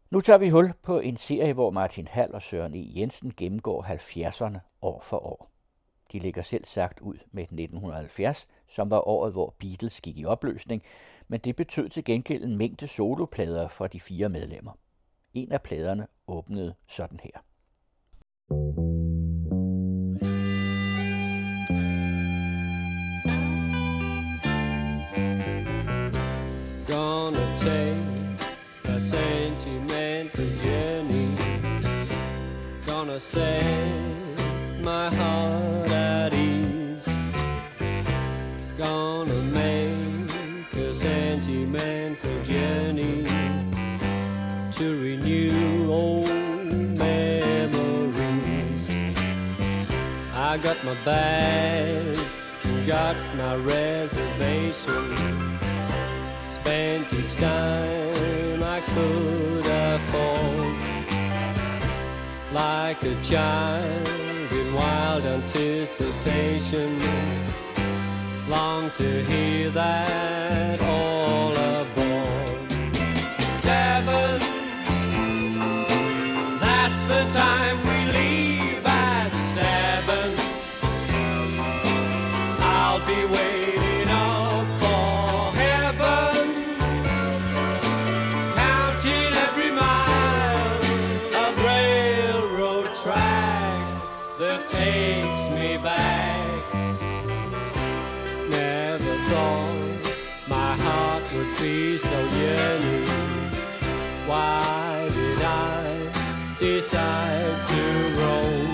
Nu tager vi hul på en serie, hvor Martin Hall og Søren E. Jensen gennemgår 70'erne år for år. De lægger selv sagt ud med 1970, som var året, hvor Beatles gik i opløsning, men det betød til gengæld en mængde soloplader for de 4 medlemmer. En af pladerne åbnede sådan her. Gonna take a sentimental journey, gonna set my heart at ease, gonna make a sentimental journey to renew old memories. I got my bag, got my reservation, spent each time I could afford, like a child in wild anticipation, long to hear that all aboard. 7, that's the time we leave at 7. I'll be waiting up for heaven, counting every mile of railroad track that takes me back. Never thought my heart would be so yearning. Why did I decide to roam?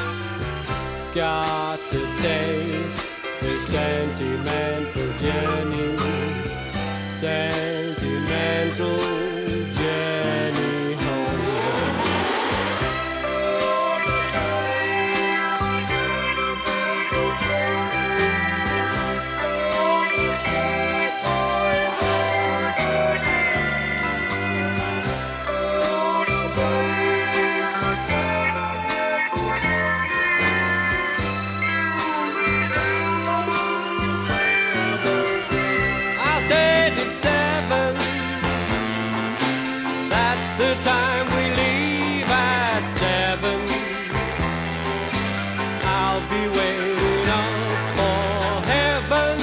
Got to take a sentimental journey, sentimental journey home. The time we leave at 7. I'll be waiting up for heaven,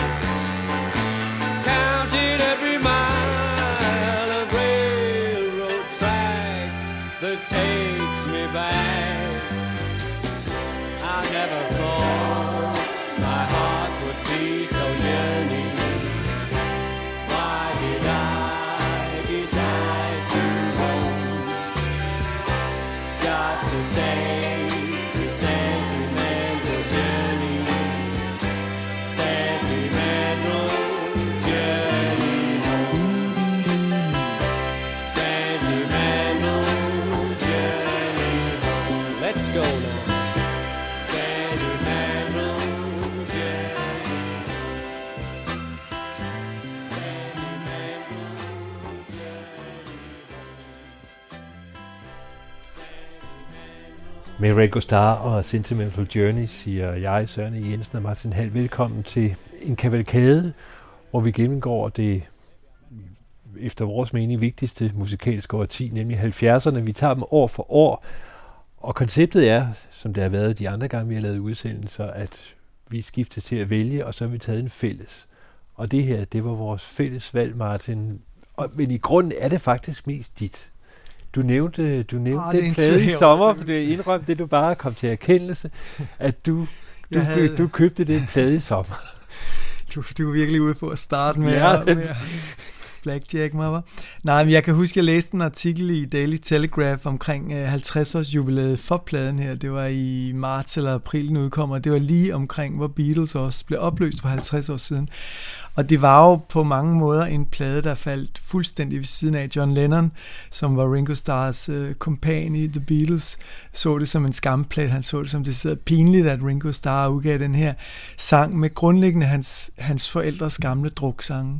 counting every mile of railroad track that takes me back. I never thought my heart would be so yearning. Why did I decide to take the sentimental journey, sentimental journey home, sentimental journey home. Let's go now. Sentimental journey home, sentimental journey home. Med Ringo Starr og Sentimental Journey siger jeg, Søren E. Jensen og Martin Hall, velkommen til en kavalkade, hvor vi gennemgår det efter vores mening vigtigste musikalske årti, nemlig 70'erne. Vi tager dem år for år, og konceptet er, som det har været de andre gange, vi har lavet udsendelser, at vi skifter til at vælge, og så har vi taget en fælles. Og det her, det var vores fælles valg, Martin. Men i grunden er det faktisk mest dit. Du nævnte den plade i sommer, for du indrømte det, du bare kom til erkendelse, at du købte den plade i sommer. Du er virkelig ude på at starte med Blackjack mig, var. Nej, men jeg kan huske, at jeg læste en artikel i Daily Telegraph omkring 50-års jubilæet for pladen her. Det var i marts eller april, den udkom, og det var lige omkring, hvor Beatles også blev opløst for 50 år siden. Og det var jo på mange måder en plade, der faldt fuldstændig ved siden af. John Lennon, som var Ringo Starrs kompan i The Beatles, så det som en skamplet. Han så det som det pinligt, at Ringo Starr udgav den her sang med grundlæggende hans forældres gamle druksange.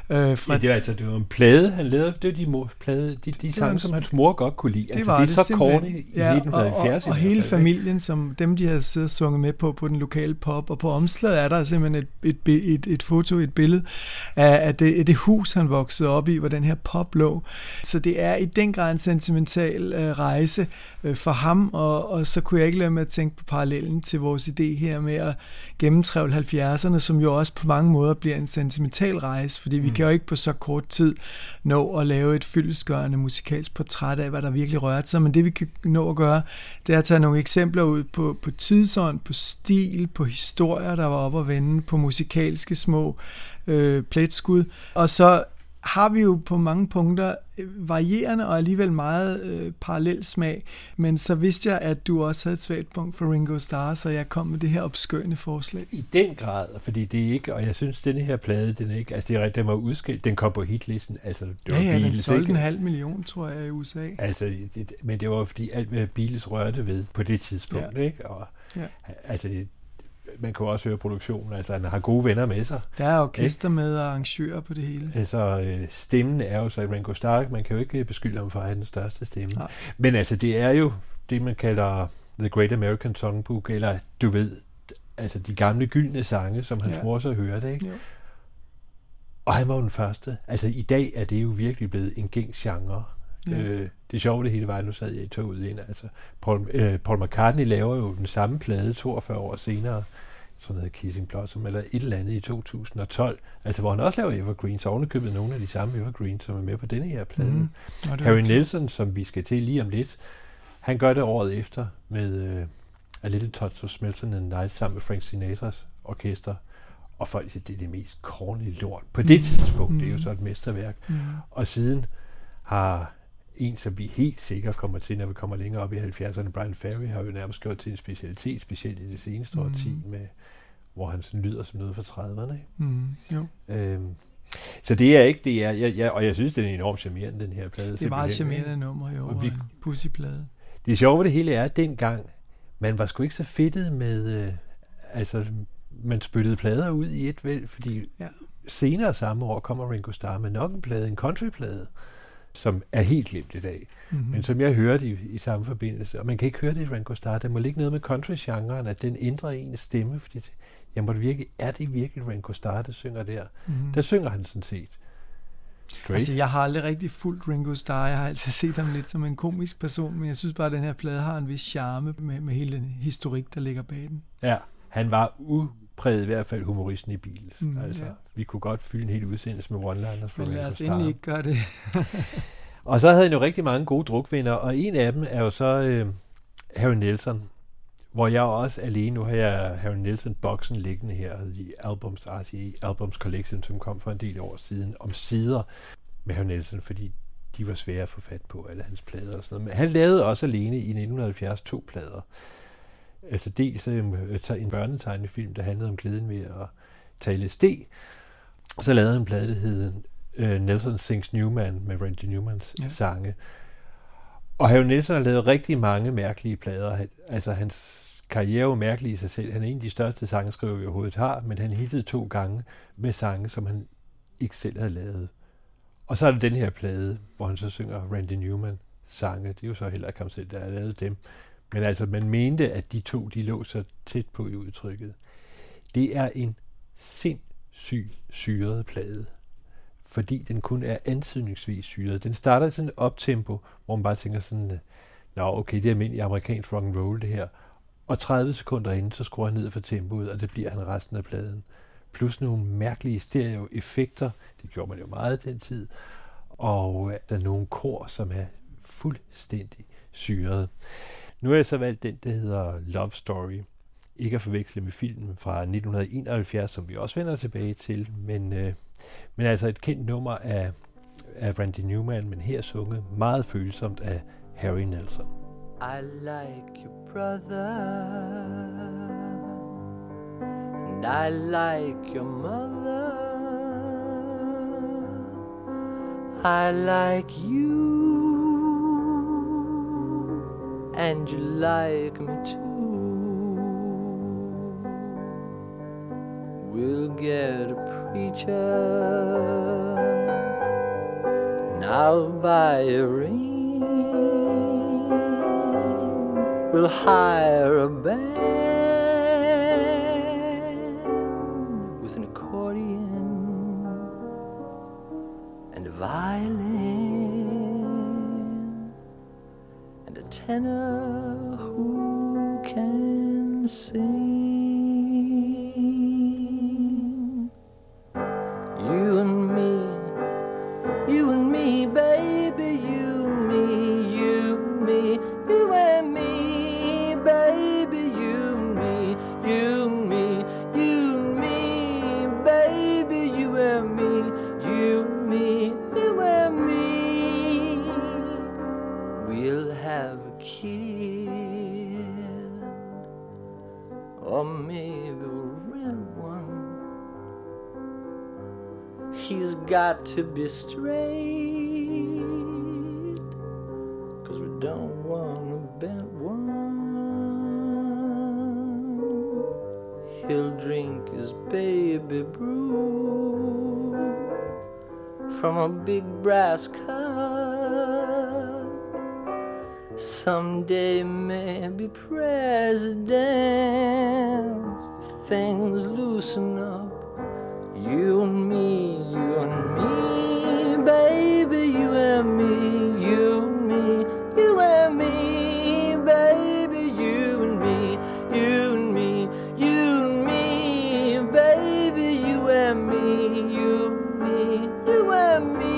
Det var en plade, han lavede. Det var de sange, som hans mor godt kunne lide. Det er så corny i 1970. Og hele familien, som dem, de havde siddet og sunget med på den lokale pop, og på omslaget er der simpelthen et foto, et billede af det hus, han voksede op i, hvor den her pop lå. Så det er i den grad en sentimental rejse for ham, og så kunne jeg ikke lade med at tænke på parallellen til vores idé her med at gennemtrævle 70'erne, som jo også på mange måder bliver en sentimental rejse, fordi vi kan jo ikke på så kort tid nå at lave et fyldestgørende musikalsk portræt af, hvad der virkelig rørte sig, men det vi kan nå at gøre, det er at tage nogle eksempler ud på tidsånd, på stil, på historier, der var oppe at vende, på musikalske små pletskud, og så har vi jo på mange punkter varierende og alligevel meget parallel smag, men så vidste jeg, at du også havde et svagt punkt for Ringo Starr, så jeg kom med det her obskønne forslag. I den grad, fordi det er ikke, og jeg synes, denne her plade, den er ikke, altså den var udskilt, den kom på hitlisten, altså det var Beatles, den solgte 500.000, tror jeg, i USA. Altså, men det var fordi alt, hvad Beatles rørte ved på det tidspunkt, ikke? Og altså, man kan jo også høre produktionen, altså han har gode venner med sig. Der er orkester med og arrangører på det hele. Altså stemmen er jo så Ringo Starr, man kan jo ikke beskylde ham for at have den største stemme. Nej. Men altså det er jo det, man kalder The Great American Songbook, eller du ved, altså de gamle gyldne sange, som hans mor så hørte, ikke? Jo. Og han var jo den første. Altså i dag er det jo virkelig blevet en gængs genre. Ja. Det sjove det hele var, nu sad jeg i toget ind, altså Paul McCartney laver jo den samme plade 42 år senere, sådan noget Kissing Blossom, eller et eller andet i 2012, altså hvor han også laver evergreens, og ovenikøbet nogle af de samme evergreens, som er med på denne her plade. Harry Nilsson, som vi skal til lige om lidt, han gør det året efter med A Little Touch of Smelton and Night sammen med Frank Sinatras orkester, og folk siger, det er det mest corny lort på det tidspunkt, det er jo så et mesterværk. Og siden har en, som vi helt sikkert kommer til, når vi kommer længere op i 70'erne, Brian Ferry, har jo nærmest gjort til en specialitet, specielt i det seneste årti, hvor han sådan lyder som noget fra 30'erne. Jo. Så det er ikke, det er, og jeg synes, det er enormt charmerende, den her plade. Det er meget charmerende nummer, jo, og en pussyplade. Det sjove ved det hele er, at dengang, man var sgu ikke så fedtet med, altså, man spyttede plader ud i et vel, fordi senere samme år kommer Ringo Starr med nok en plade, en countryplade, som er helt glemt i dag, men som jeg hørte i samme forbindelse, og man kan ikke høre det i Ringo Starr, der må ligge noget med country-genren, at den ændrer ens stemme, fordi er det virkelig Ringo Starr, der synger der? Der synger han sådan set straight. Altså, jeg har aldrig rigtig fulgt Ringo Starr, jeg har altid set ham lidt som en komisk person, men jeg synes bare, at den her plade har en vis charme med hele den historik, der ligger bag den. Ja, han var præget i hvert fald humoristen i Beatles. Vi kunne godt fylde en hel udsendelse med one-liners fra Ringo Starr. Men lad os endelig ikke gøre det. Og så havde han jo rigtig mange gode drukvinder, og en af dem er jo så Harry Nilsson, hvor jeg også alene, nu har jeg Harry Nilsson-boksen liggende her i Albums, RCA Albums Collection, som kom for en del år siden, om sider med Harry Nilsson, fordi de var svære at få fat på, alle hans plader og sådan noget. Men han lavede også alene i 1970 2 plader. Altså dels en børnetegnefilm, der handlede om glæden ved at tage LSD. Så lavede han en plade, der hed Nelson Sings Newman med Randy Newmans sange. Og Harry Nilsson har lavet rigtig mange mærkelige plader. Altså hans karriere er mærkelig i sig selv. Han er en af de største sangskriver, vi overhovedet har, men han hittede 2 gange med sange, som han ikke selv havde lavet. Og så er det den her plade, hvor han så synger Randy Newman sange. Det er jo så heller ikke ham selv, der har lavet dem. Men altså, man mente, at de 2, de lå så tæt på i udtrykket. Det er en sindssygt syret plade, fordi den kun er antydningsvis syret. Den starter sådan et optempo, hvor man bare tænker sådan, okay, det er almindelig amerikansk rock and roll det her. Og 30 sekunder inden, så skruer han ned for tempoet, og det bliver han resten af pladen. Plus nogle mærkelige stereo-effekter, det gjorde man jo meget den tid, og der er nogle kor, som er fuldstændig syret. Nu har jeg så valgt den, der hedder Love Story. Ikke at forveksle med filmen fra 1971, som vi også vender tilbage til, men altså et kendt nummer af Randy Newman, men her sunget meget følsomt af Harry Nilsson. I like your brother, and I like your mother, I like you, and you like me too. we'll get a preacher, and I'll buy a ring. We'll hire a band with an accordion and a violin and a tenor who can sing. You and me, baby, you and me, you and me, you and me, baby, you and me, you and me, you and me, baby, you and me, you and me, you and me. We'll have a kid, or maybe we'll rent one. He's got to be straight, 'cause we don't want a bent one. He'll drink his baby brew from a big brass cup. Someday maybe president, if things loosen up. You and me, baby, you and me, you and me, you and me, baby, you and me, you and me, you and me, baby, you and me, you and me, you and me.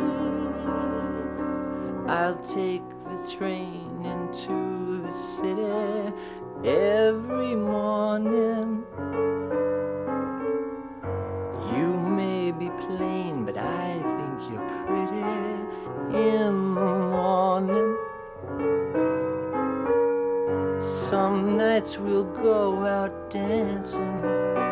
I'll take the train into the city every morning. You may be plain, but I think you're pretty in the morning. Some nights we'll go out dancing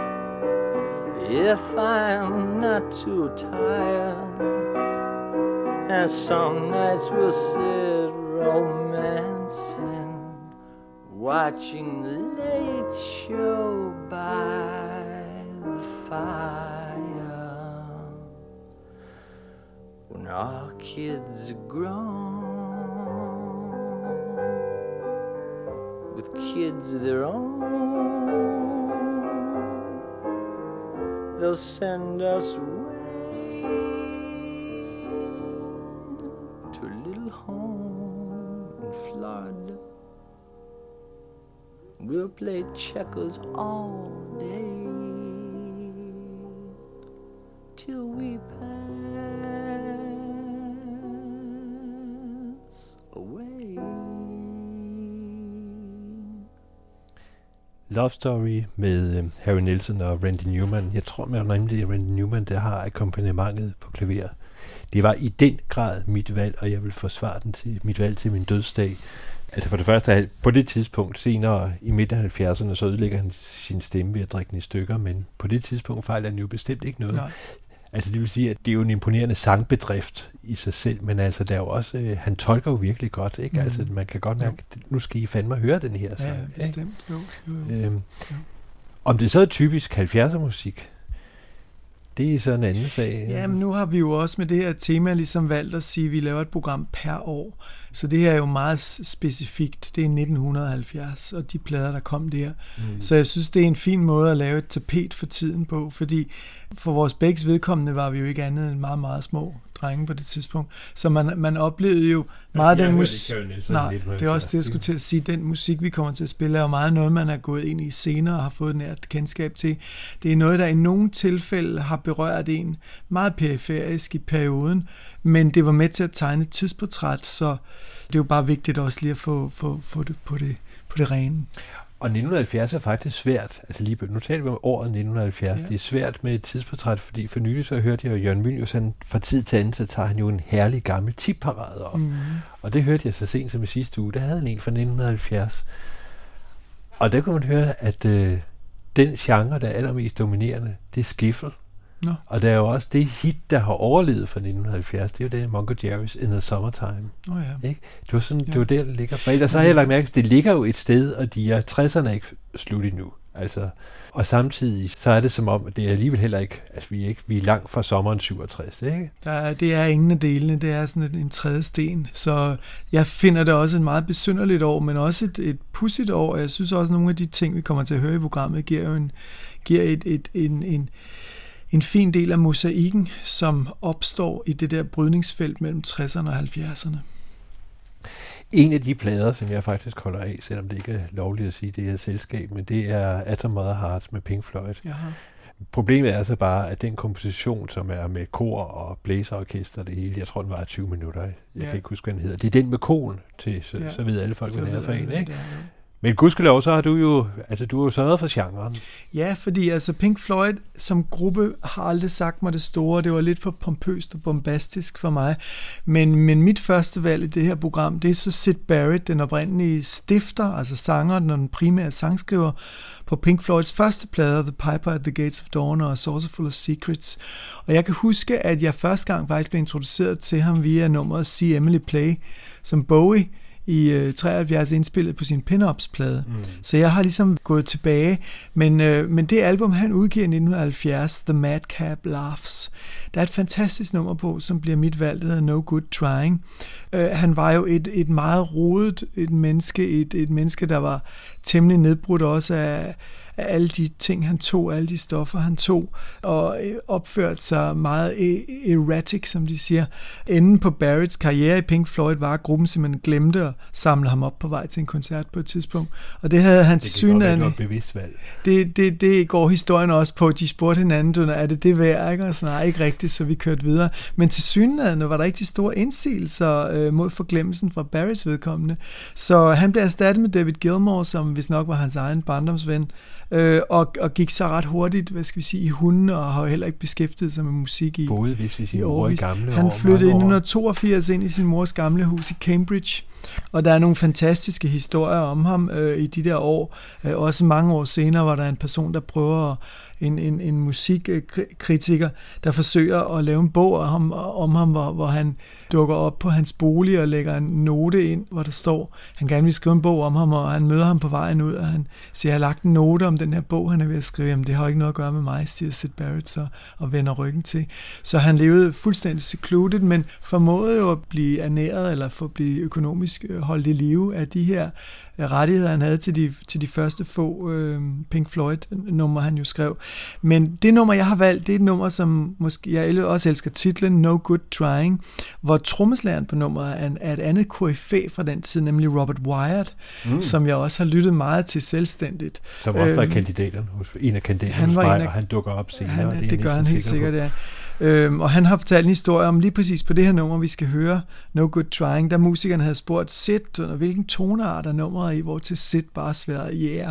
if I'm not too tired, and some nights we'll sit romancing, watching the late show by the fire. When our kids are grown, with kids of their own, they'll send us away to a little home in Florida. We'll play checkers all day till we pass away. Love Story med Harry Nilsson og Randy Newman. Jeg tror med nemlig Randy Newman, der har akkompagnementet på klaver. Det var i den grad mit valg, og jeg vil forsvare mit valg til min dødsdag. Altså for det første, på det tidspunkt, senere i midten af 70'erne, så ødelægger han sin stemme ved at drikke den i stykker, men på det tidspunkt fejler han jo bestemt ikke noget. Nej. Altså det vil sige, at det er jo en imponerende sangbedrift i sig selv, men altså der er jo også, han tolker jo virkelig godt, ikke? Altså man kan godt mærke, nu skal I fandme høre den her sang. Ja, bestemt. Jo. Om det så er typisk 70'er musik, det er så en anden sag. Ja, men nu har vi jo også med det her tema ligesom valgt at sige, at vi laver et program per år. Så det her er jo meget specifikt. Det er 1970, og de plader, der kom der. Så jeg synes, det er en fin måde at lave et tapet for tiden på, fordi for vores begges vedkommende var vi jo ikke andet end meget, meget små drenge på det tidspunkt. Så man oplevede jo meget den musik. Nej, det er også det, jeg skulle til at sige. Den musik, vi kommer til at spille, er jo meget noget, man er gået ind i senere og har fået nært kendskab til. Det er noget, der i nogle tilfælde har berørt en meget periferisk i perioden, men det var med til at tegne et tidsportræt, så det er jo bare vigtigt også lige at få det på det rene. Og 1970 er faktisk svært. Altså lige nu taler vi om året 1970. Ja. Det er svært med et tidsportræt, fordi for nylig så hørte jeg jo Jørgen Mylius, han fra tid til anden, så tager han jo en herlig gammel tipparade op. Og det hørte jeg så sent som i sidste uge. Der havde han en fra 1970. Og der kunne man høre, at den genre, der er allermest dominerende, det er skiffle. No. Og der er jo også det hit, der har overlevet fra 1970, det er jo den Mungo Jerry's In the Summertime. Ja. Ikke? Det var sådan, det var der, det ligger. For ellers så har jeg lagt mærke, det ligger jo et sted, og de er 60'erne ikke slut endnu. Altså, og samtidig så er det som om, at det er alligevel heller ikke, altså vi er langt fra sommeren 67, ikke? Det er ingen af delene, det er sådan en tredje sten, så jeg finder det også et meget besynderligt år, men også et pudsigt år, og jeg synes også, at nogle af de ting, vi kommer til at høre i programmet, giver en fin del af mosaikken, som opstår i det der brydningsfelt mellem 60'erne og 70'erne. En af de plader, som jeg faktisk holder af, selvom det ikke er lovligt at sige, det er et selskab, men det er At the Mother Hearts med Pink Floyd. Jaha. Problemet er så bare, at den komposition, som er med kor og blæserorkester, det hele, jeg tror, den var 20 minutter. Jeg kan ikke huske, hvad den hedder. Det er den med kolen til, så ved alle folk, hvad det er for en, ikke? Men gudskelov, så har du jo sørget for genren. Ja, fordi altså Pink Floyd som gruppe har aldrig sagt mig det store. Det var lidt for pompøst og bombastisk for mig. Men mit første valg i det her program, det er så Syd Barrett, den oprindelige stifter, altså sangeren og den primære sangskriver på Pink Floyds første plader, The Piper at the Gates of Dawn og Saucer Full of Secrets. Og jeg kan huske, at jeg første gang faktisk blev introduceret til ham via nummeret See Emily Play, som Bowie i 73 indspillet på sin pin-ups-plade. Så jeg har ligesom gået tilbage. Men det album, han udgiver i 1970, The Madcap Laughs, der er et fantastisk nummer på, som bliver mit valg, der hedder No Good Trying. Han var jo et meget rodet et menneske, der var temmelig nedbrudt også af alle de ting, han tog, alle de stoffer, han tog, og opførte sig meget erratic, som de siger. Enden på Barretts karriere i Pink Floyd var, at gruppen simpelthen glemte at samle ham op på vej til en koncert på et tidspunkt. Og det havde han til synligheden. Det kan godt være, bevidst valg. Det går historien også på. De spurgte hinanden, er det værd, ikke? Og sådan, nej, ikke rigtigt, så vi kørte videre. Men til synligheden var der ikke de store indsigelser mod forglemmelsen fra Barretts vedkommende. Så han blev erstattet med David Gilmour, som vist nok var hans egen barndomsven, og gik så ret hurtigt, i hunden, og har heller ikke beskæftiget sig med musik i både hvis vi sin mor i gamle år. Han flyttede i 1982 ind i sin mors gamle hus i Cambridge, og der er nogle fantastiske historier om ham i de der år. Også mange år senere var der en person, der prøver en musikkritiker, der forsøger at lave en bog om ham, hvor han dukker op på hans bolig og lægger en note ind, hvor der står, han gerne vil skrive en bog om ham, og han møder ham på vejen ud, og han siger, jeg har lagt en note om den her bog, han er ved at skrive. Jamen, det har ikke noget at gøre med mig, siger Syd Barrett så, og vender ryggen til. Så han levede fuldstændig secluded, men formåede jo at blive ernæret, eller få blive økonomisk holdt i live af de her rettigheder, han havde til de første få Pink Floyd-numre, han jo skrev. Men det nummer, jeg har valgt, det er et nummer, som måske jeg også elsker titlen, No Good Trying, hvor trommeslageren på nummeret er et andet koryfæ fra den tid, nemlig Robert Wyatt, som jeg også har lyttet meget til selvstændigt. Som også var en af kandidaterne hos mig, og han dukker op senere. Det gør han helt sikkert, ja. Og han har fortalt en historie om lige præcis på det her nummer, vi skal høre, No Good Trying, da musikerne havde spurgt Syd, hvilken toneart er nummeret i, hvor til Syd bare sværede, yeah.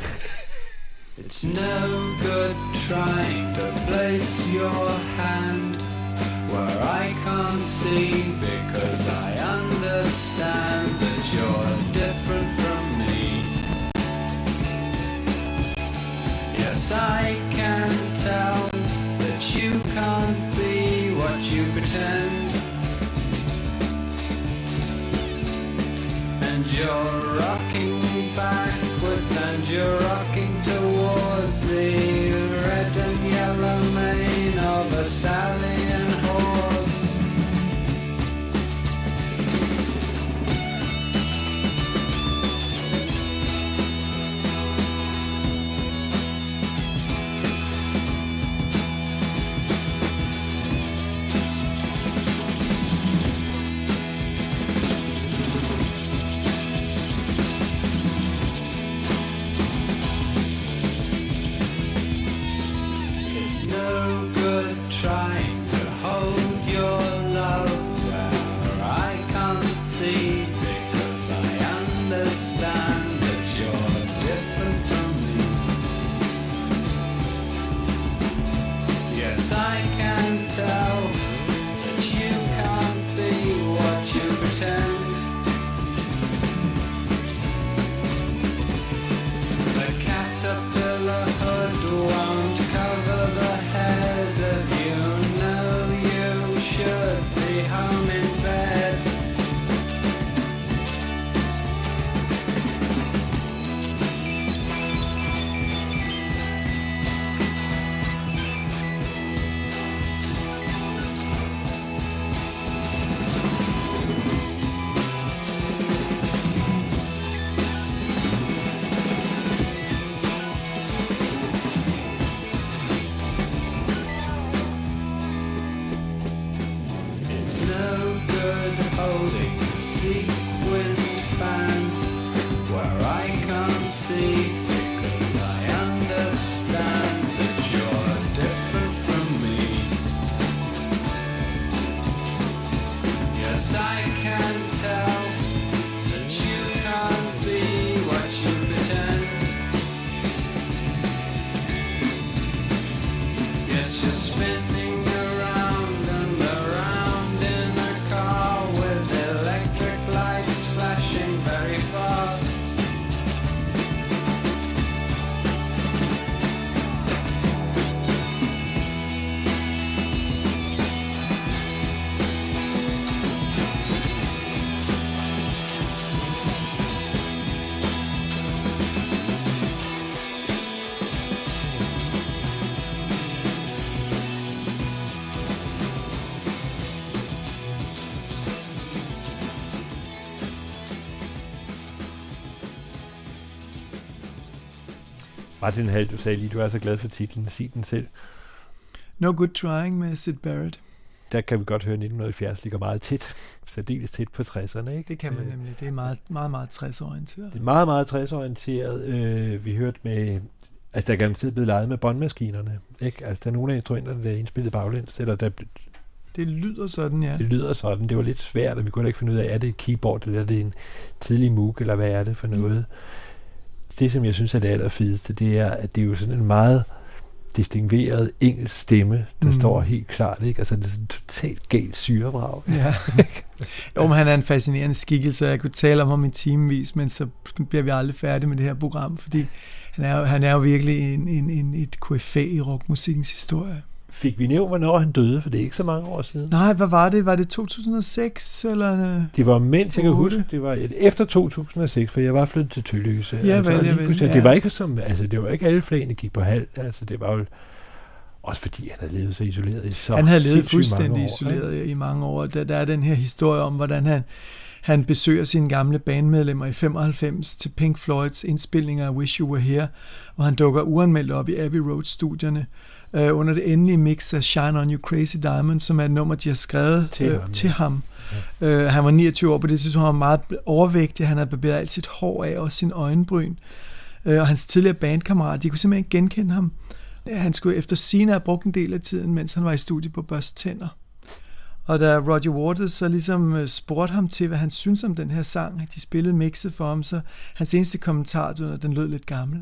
It's no good trying to place your hand where I can't see, because I understand that you're different from me. Yes, I can tell that you can't be what you pretend, and you're rocking backwards and you're rocking towards the red and yellow mane of a stallion horse. sequin fan where I can't see, because I understand that you're different from me. Yes, I can tell that you can't be what you pretend. Yes, you're spinning around and around in a car with electric lights flashing very fast. Martin Hall, du sagde lige, du er så glad for titlen. Sig den selv. No Good Trying med Syd Barrett. Der kan vi godt høre, at 1970 ligger meget tæt, særdeles tæt på 60'erne. Ikke? Det kan man nemlig. Det er meget, meget, meget 60-orienteret. Det er meget, meget 60-orienteret. Vi hørte med, altså der er garanteret blevet leget med båndmaskinerne. Ikke? Altså der er nogle af instrumenterne, der er indspillet baglæns, eller der det lyder sådan, ja. Det lyder sådan. Det var lidt svært, og vi kunne ikke finde ud af, er det et keyboard, eller er det en tidlig Moog, eller hvad er det for noget? Det, som jeg synes er det allerfedeste, det er, at det er jo sådan en meget distingueret engelsk stemme, der står helt klart, ikke? Altså det er sådan en totalt galt syrebrag. Ja. Jo, men han er en fascinerende skikkelse, og jeg kunne tale om ham i timevis, men så bliver vi aldrig færdige med det her program, fordi han er jo virkelig et KFA i rockmusikkens historie. Fik vi nævnt, hvornår han døde, for det er ikke så mange år siden? Nej, hvad var det? Var det 2006? Eller? Det var mens jeg kan huske, det var efter 2006, for jeg var flyttet til Tølløse. Ja, vel. Det var ikke som, altså det var ikke alle flagene gik på halv, altså det var jo også fordi han havde levet så isoleret i så han havde levet fuldstændig mange år, isoleret i mange år. Der er den her historie om, hvordan han besøger sine gamle bandmedlemmer i 95 til Pink Floyds indspilninger af Wish You Were Here, og han dukker uanmeldt op i Abbey Road-studierne under det endelige mix af Shine On You Crazy Diamond, som er et nummer, de har skrevet til ham. Ja. Han var 29 år på det tidspunkt, han var meget overvægtig, han havde barberet alt sit hår af og sin øjenbryn. Og hans tidligere bandkammerat, de kunne simpelthen ikke genkende ham. Han skulle efter sigende have brugt en del af tiden, mens han var i studiet på Børst Tænder. Og da Roger Waters så ligesom spurgte ham til, hvad han synes om den her sang, at de spillede mixet for ham, så hans eneste kommentar, den lød lidt gammel.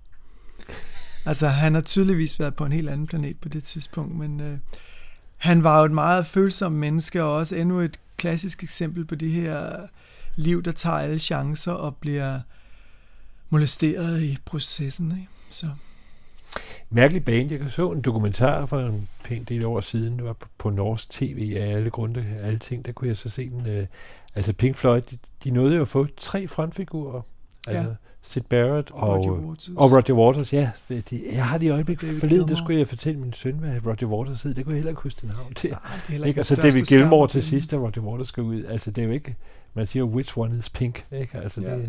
Altså, han har tydeligvis været på en helt anden planet på det tidspunkt, men han var jo et meget følsomt menneske, og også endnu et klassisk eksempel på det her liv, der tager alle chancer og bliver molesteret i processen. Ikke? Så. Mærkelig band. Jeg så en dokumentar for en pæn del år siden, det var på norsk tv af alle grunde, alle ting, der kunne jeg så se den. Altså Pink Floyd, de nåede jo at få 3 frontfigurer. Altså Syd Barrett og Roger Waters. Ja, jeg har det i øjeblik forleden, der skulle jeg fortælle min søn, hvad Roger Waters hed. Det kunne jeg heller ikke huske den navn til. Ikke? Altså David Gilmour til sidst, da Roger Waters skal ud. Altså det er jo ikke, man siger which one is pink. Ikke? Altså det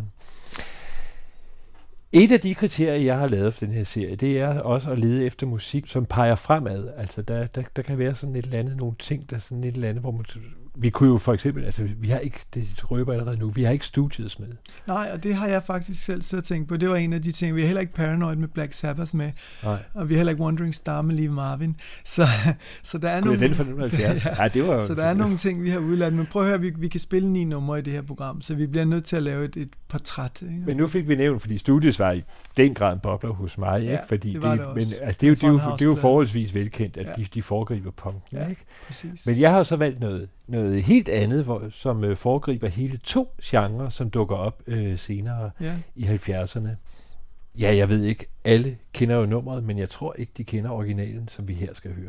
et af de kriterier, jeg har lavet for den her serie, det er også at lede efter musik, som peger fremad. Altså, der kan være sådan et eller andet, nogle ting, der sådan et eller andet, hvor man, vi kunne jo for eksempel, altså, vi har ikke, det røber allerede nu, vi har ikke studiet med. Nej, og det har jeg faktisk selv så tænkt på. Det var en af de ting, vi har heller ikke Paranoid med Black Sabbath med, nej. Og vi har heller ikke Wandering Star med Lee Marvin. Så der er nogle... den for 1970? Ja, det var så der er nogle ting, vi har udladt. Men prøv at høre, vi kan spille 9 numre i det her program, så vi bliver nødt til at lave et portræt. Ikke? Men nu fik vi nævnt, fordi studiet var i den grad en bobler hos mig, ikke? Fordi det var det også. Men altså, det er jo forholdsvis velkendt, at de foregriber punken, ikke? Præcis. Men jeg har så valgt noget helt andet, som foregriber hele 2 genrer, som dukker op senere i 70'erne. Ja, jeg ved ikke, alle kender jo nummeret, men jeg tror ikke, de kender originalen, som vi her skal høre.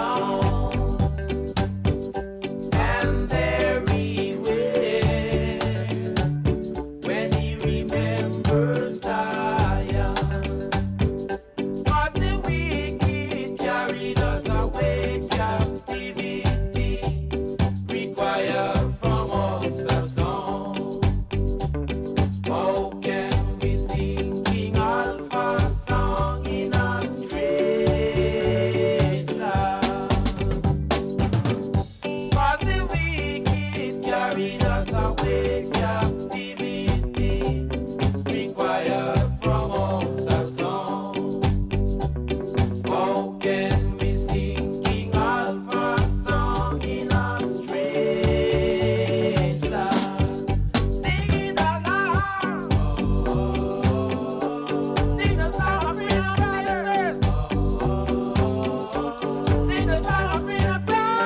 And there he will singing Alpha's song in a strange land. 'Cause the wicked carried us away, captivity required from us a song. How can we sing King Alpha's song in a strange land? Sing it aloud. Sing the song of freedom, sisters. Sing the song of freedom,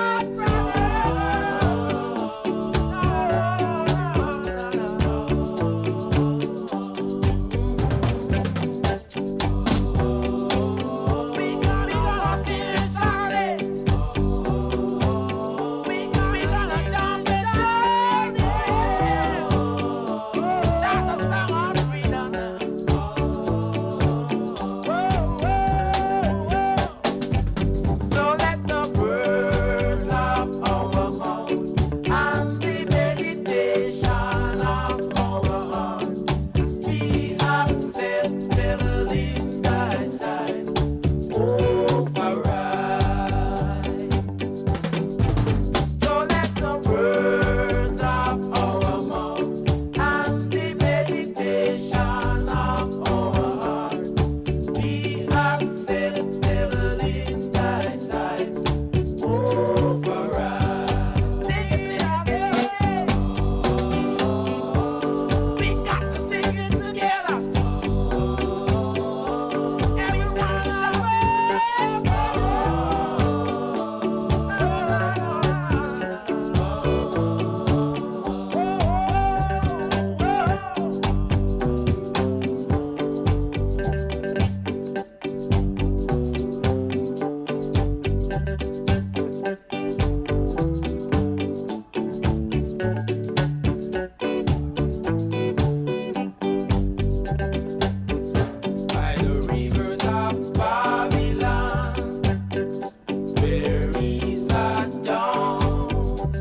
so let the words of our mouth and the meditation of our heart be acceptable in thy sight, override. So let the words of our mouth and the meditation of our heart be acceptable in thy sight, override. Sing it again. We got to sing it together. Everyone shout by the rivers of Babylon, where he sat down,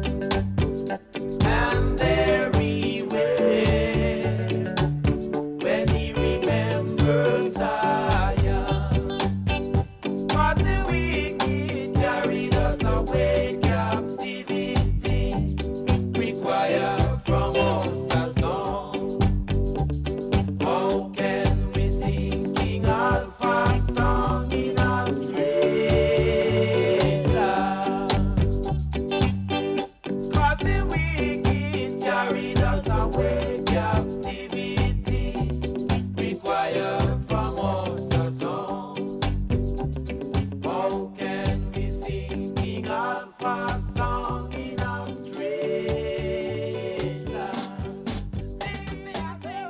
and there he wept when he remembered Zion. 'Cause the wicked carried us away, captivity required from us a song. How can we sing King Alpha's song in a strange land? 'Cause the wicked carried us away, captivity required from us a song. How can we sing King Alpha's song in a strange land? Sing, sing, I say,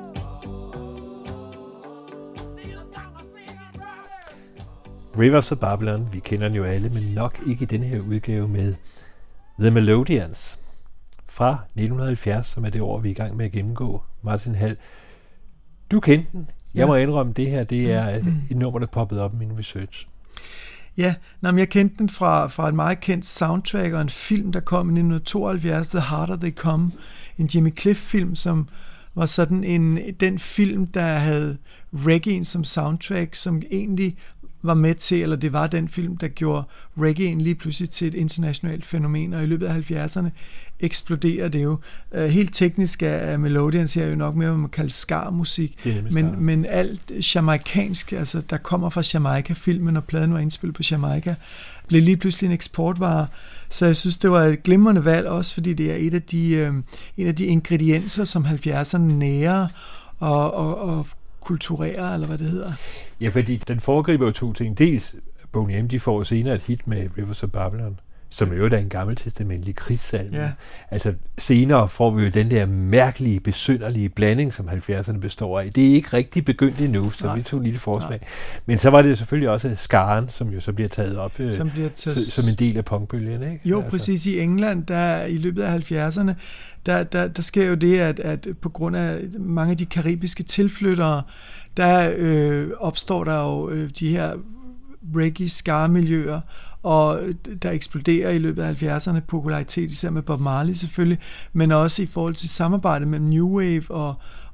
Rivers of Babylon, vi kender den jo alle, men nok ikke i den her udgave med The Melodians fra 1970, som er det år, vi er i gang med at gennemgå. Martin Hall, du kendte den. Jeg må indrømme, det her det er et nummer, der poppede op i min research. Ja, jeg kendte den fra et meget kendt soundtrack og en film, der kom i 1972, The Harder They Come, en Jimmy Cliff-film, som var sådan den film, der havde reggae som soundtrack, som egentlig var med til, eller det var den film, der gjorde reggae lige pludselig til et internationalt fænomen, og i løbet af 70'erne eksploderer det jo. Helt teknisk er Melodians her jo nok mere, hvad man kalder ska-musik, men alt jamaikansk, altså der kommer fra Jamaica-filmen, og pladen var indspillet på Jamaica, blev lige pludselig en eksportvare, så jeg synes, det var et glimrende valg, også fordi det er en af de ingredienser, som 70'erne nærer og kulturerer, eller hvad det hedder. Ja, fordi den foregriber jo to ting. Dels, Boney M, de får senere et hit med Rivers of Babylon, som jo er en gammeltestamentlig krigssalme. Ja. Altså senere får vi jo den der mærkelige, besynderlige blanding, som 70'erne består af. Det er ikke rigtig begyndt endnu, så vi tog en lille forsmag. Men så var det selvfølgelig også skaren, som jo så bliver taget op som en del af punkbølgen, ikke? Jo, altså. Præcis. I England, der i løbet af 70'erne, der sker jo det, at på grund af mange af de karibiske tilflyttere, der opstår der jo de her reggae-ska-miljøer, og der eksploderer i løbet af 70'erne popularitet, især med Bob Marley selvfølgelig, men også i forhold til samarbejdet mellem New Wave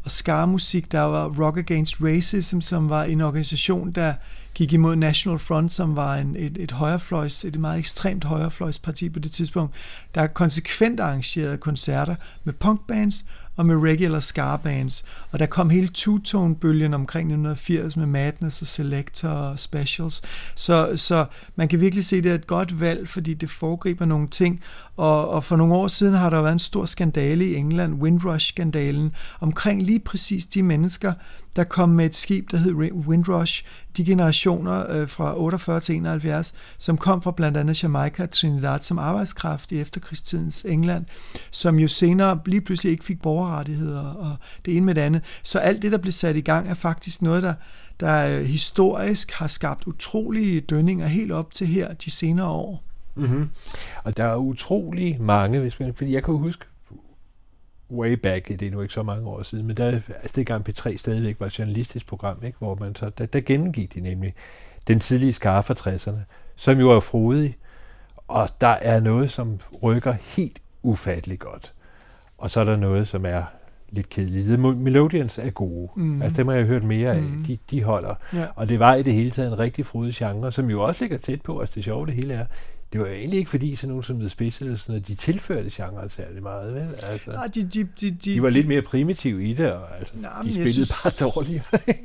ska-musik. Der var Rock Against Racism, som var en organisation, der gik imod National Front, som var et meget ekstremt højrefløjsparti på det tidspunkt, der konsekvent arrangerede koncerter med punkbands og med regular ska-bands. Og der kom hele two-tone-bølgen omkring 1980 med Madness og Selector og Specials. Så man kan virkelig se, det er et godt valg, fordi det foregriber nogle ting. Og for nogle år siden har der været en stor skandale i England, Windrush-skandalen, omkring lige præcis de mennesker, der kom med et skib, der hed Windrush, de generationer fra 48 til 71, som kom fra blandt andet Jamaica og Trinidad som arbejdskraft i efterkrigstidens England, som jo senere lige pludselig ikke fik borgerrettigheder og det ene med det andet. Så alt det, der blev sat i gang, er faktisk noget, der historisk har skabt utrolige dønninger helt op til her de senere år. Mm-hmm. Og der er utrolig mange, fordi jeg kan huske, way back, det er nu ikke så mange år siden, men det gang P3 stadigvæk var et journalistisk program, ikke, hvor man så, der gennemgik de nemlig den tidlige skare fra 60'erne, som jo er frodig, og der er noget, som rykker helt ufatteligt godt. Og så er der noget, som er lidt kedeligt. The Melodians er gode. Altså dem har jeg hørt mere af. De holder. Ja. Og det var i det hele taget en rigtig frodig genre, som jo også ligger tæt på, altså det sjove det hele er. Det var jo egentlig ikke fordi sådan nogen som The Special eller sådan noget, de tilførte genren særlig meget, vel? Altså, nej, de var lidt mere primitive i det, og altså, de spillede bare dårligere.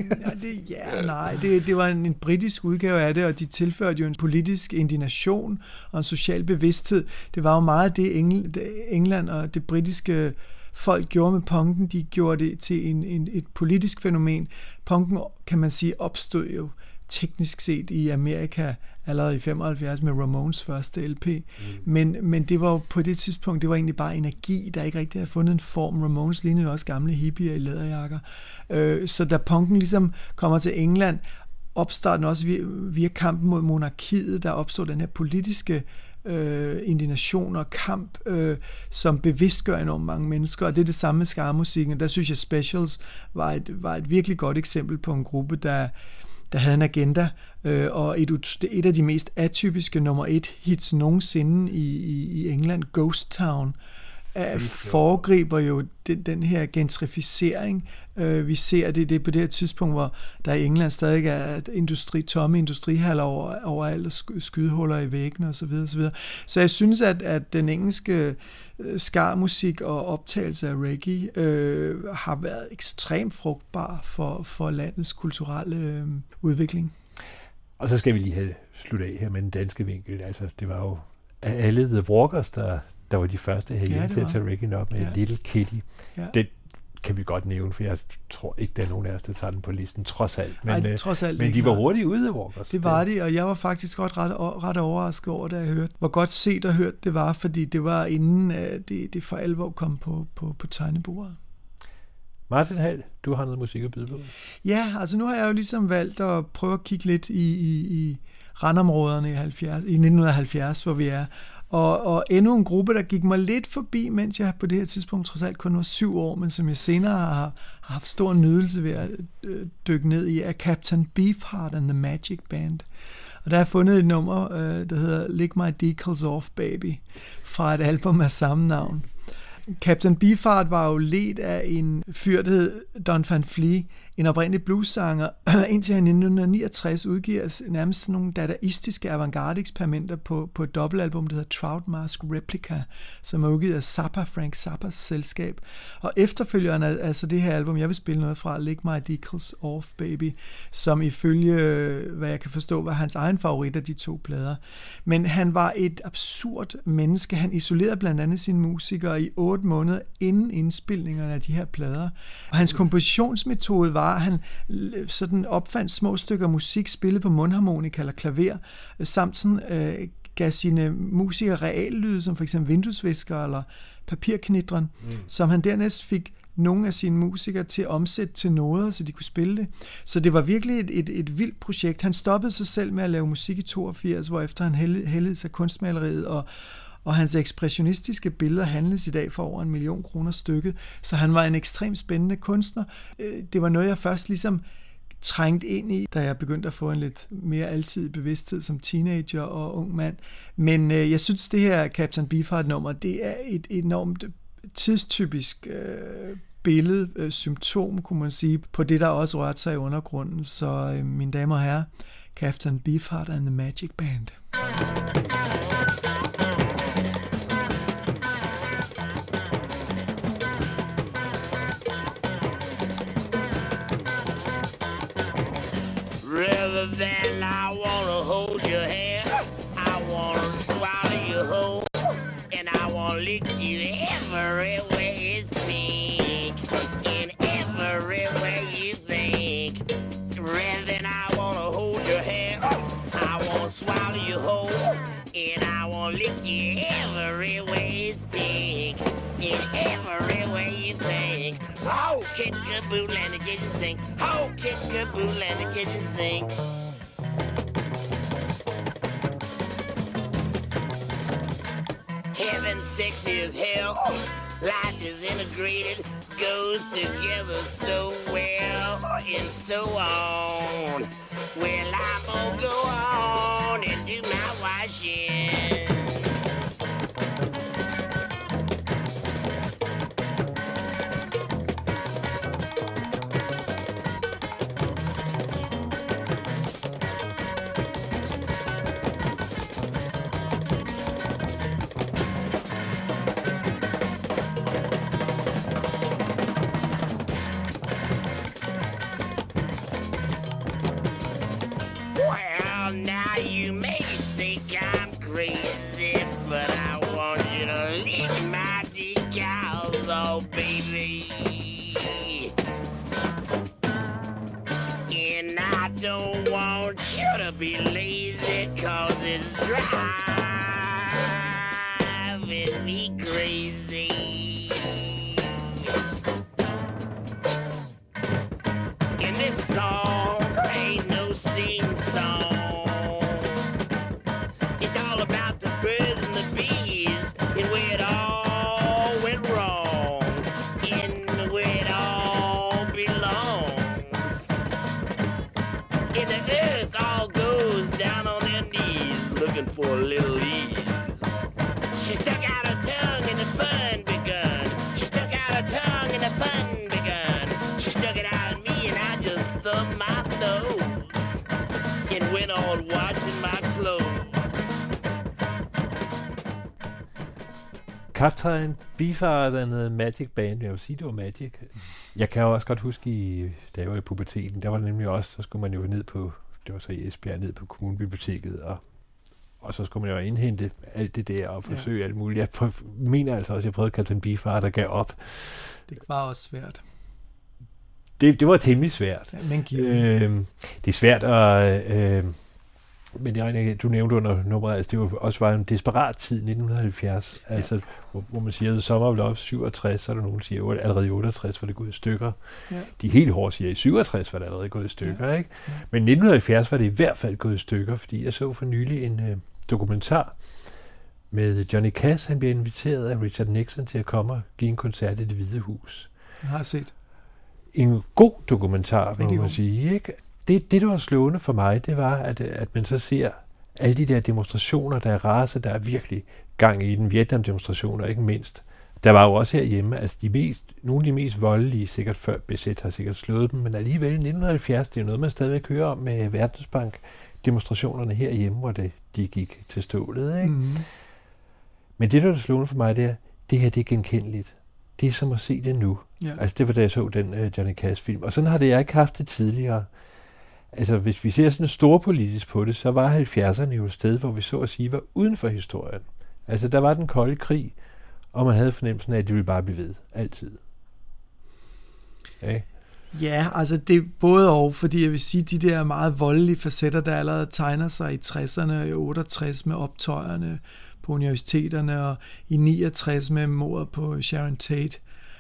Det var en britisk udgave af det, og de tilførte jo en politisk indignation og en social bevidsthed. Det var jo meget det England og det britiske folk gjorde med punken. De gjorde det til et politisk fænomen. Punken, kan man sige, opstod jo teknisk set i Amerika allerede i 75 med Ramones første LP. Men det var jo på det tidspunkt, det var egentlig bare energi, der ikke rigtig havde fundet en form. Ramones lignede jo også gamle hippier i læderjakker. Så da punken ligesom kommer til England, opstår den også via kampen mod monarkiet, der opstod den her politiske indignation og kamp, som bevidstgør enormt mange mennesker, og det er det samme med ska-musikken. Der synes jeg Specials var et virkelig godt eksempel på en gruppe, der havde en agenda, og et af de mest atypiske nummer 1 hits nogensinde i England, Ghost Town, foregriber jo den her gentrificering. Vi ser det på det her tidspunkt, hvor der i England stadig er tomme industrihaller overalt og skydehuller i væggene osv. Så jeg synes, at den engelske ska-musik og optagelse af reggae har været ekstremt frugtbar for landets kulturelle udvikling. Og så skal vi lige have slutte af her med den danske vinkel. Altså, det var jo alle The Walkers, der var de første herhjemme til at tage reggae op med Little Kitty. Ja. Det kan vi godt nævne, for jeg tror ikke, der er nogen af os, der tager den på listen, trods alt. Men de var hurtigt ude af Walkers. Det var de, og jeg var faktisk godt ret overrasket over, da jeg hørte, hvor godt set og hørt det var, fordi det var inden det for alvor kom på tegnebordet. Martin Hald, du har noget musik at byde på. Ja, altså nu har jeg jo ligesom valgt at prøve at kigge lidt i randområderne i 1970, hvor vi er. Og endnu en gruppe, der gik mig lidt forbi, mens jeg på det her tidspunkt trods alt kun var 7 år, men som jeg senere har haft stor nydelse ved at dykke ned i, er Captain Beefheart and the Magic Band. Og der har jeg fundet et nummer, der hedder Lick My Decals Off Baby, fra et album af samme navn. Captain Beefheart var jo ledt af en fyr, der hed Don Van Fleet, en oprindelig bluessanger, indtil han i 1969 udgiver nærmest nogle dadaistiske avantgarde-eksperimenter på et dobbeltalbum, der hedder Trout Mask Replica, som er udgivet af Zappa, Frank Zappas selskab. Og efterfølgeren er altså det her album, jeg vil spille noget fra, Lick My Decals Off Baby, som ifølge, hvad jeg kan forstå, var hans egen favorit af de 2 plader. Men han var et absurd menneske. Han isolerede blandt andet sine musikere i 8 måneder inden indspilningerne af de her plader. Og hans kompositionsmetode var, at han sådan opfandt små stykker musik, spillet på mundharmonika eller klaver, samt sådan, gav sine musikere reallyde, som for eksempel vinduesvisker eller papirknitren, som han dernæst fik nogle af sine musikere til at omsætte til noder, så de kunne spille det. Så det var virkelig et vildt projekt. Han stoppede sig selv med at lave musik i 82, hvorefter han hældede sig kunstmaleriet, og hans ekspressionistiske billeder handles i dag for over 1 million kroner stykket, så han var en ekstremt spændende kunstner. Det var noget, jeg først ligesom trængt ind i, da jeg begyndte at få en lidt mere alsidig bevidsthed som teenager og ung mand. Men jeg synes, det her Captain Beefheart-nummer, det er et enormt tidstypisk billede, symptom, kunne man sige, på det, der også rørte sig i undergrunden. Så mine damer og herrer, Captain Beefheart and the Magic Band. Rather than I wanna hold your hand, I wanna swallow you whole, and I wanna lick you every way it's pink, in every way you think. Rather than I wanna hold your hand, I wanna swallow you whole, and I wanna lick you every way it's pink, in every way you think. Oh, kick-a-boo, land the kitchen sink. Oh, kick-a-boo, land the kitchen sink. Heaven, sex is hell. Life is integrated, goes together so well, and so on. Well, I'm gonna go on and do my washing. Well, now you may think I'm crazy, but I want you to lick my decals, oh baby. And I don't want you to be lazy, 'cause it's driving me crazy. And this song ain't no sing-song. It's all about the birds and the bees, and where it all went wrong, and where it all belongs. And the earth all goes down on their knees, looking for a little ease. She stuck out her tongue and the fun begun. She stuck out her tongue and the fun begun. She stuck it out at me and I just stubbed my nose and went on watching my clothes. Captain Beefheart and the Magic Band. Jeg vil sige, det var Magic. Jeg kan jo også godt huske, da jeg var i puberteten, der var det nemlig også, så skulle man jo ned på, det var så i Esbjerg, ned på kommunebiblioteket, og så skulle man jo indhente alt det der og forsøge alt muligt. Jeg mener altså også, at jeg prøvede Captain Beefheart og gav op. Det var også svært. Det var temmelig svært. Ja, men det er svært at... men det regner du nævnte under nummeret, altså det var også var en desperat tid, 1970, altså hvor man siger, at Summer of Love 67, så er der nogen, der siger, at allerede i 68 var det gået i stykker. Ja. De helt hårde siger, at i 67 var det allerede gået i stykker, ikke? Ja. Men i 1970 var det i hvert fald gået i stykker, fordi jeg så for nylig en dokumentar med Johnny Cash. Han bliver inviteret af Richard Nixon til at komme og give en koncert i Det Hvide Hus. Jeg har set. En god dokumentar, må man sige, ikke? Det, der var slående for mig, det var, at man så ser alle de der demonstrationer, der er race, der er virkelig gang i den. Vietnam-demonstrationer, ikke mindst. Der var jo også herhjemme, altså nogle af de mest voldelige, sikkert før BZ har sikkert slået dem, men alligevel i 1970, det er jo noget, man stadigvæk hører om med Verdensbank-demonstrationerne herhjemme, hvor de gik til stålet, ikke? Mm. Men det, der er slående for mig, det er, det her, det er genkendeligt. Det er som at se det nu. Ja. Altså det var da jeg så den Johnny Cash-film. Og sådan har det jeg ikke haft det tidligere. Altså hvis vi ser sådan storpolitisk på det, så var 70'erne jo et sted, hvor vi så at sige var uden for historien. Altså der var den kolde krig, og man havde fornemmelsen af, at det ville bare blive ved. Altid. Okay. Ja, altså det er både og, fordi jeg vil sige, de der meget voldelige facetter, der allerede tegner sig i 60'erne og i 68 med optøjerne på universiteterne, og i 69 med mordet på Sharon Tate,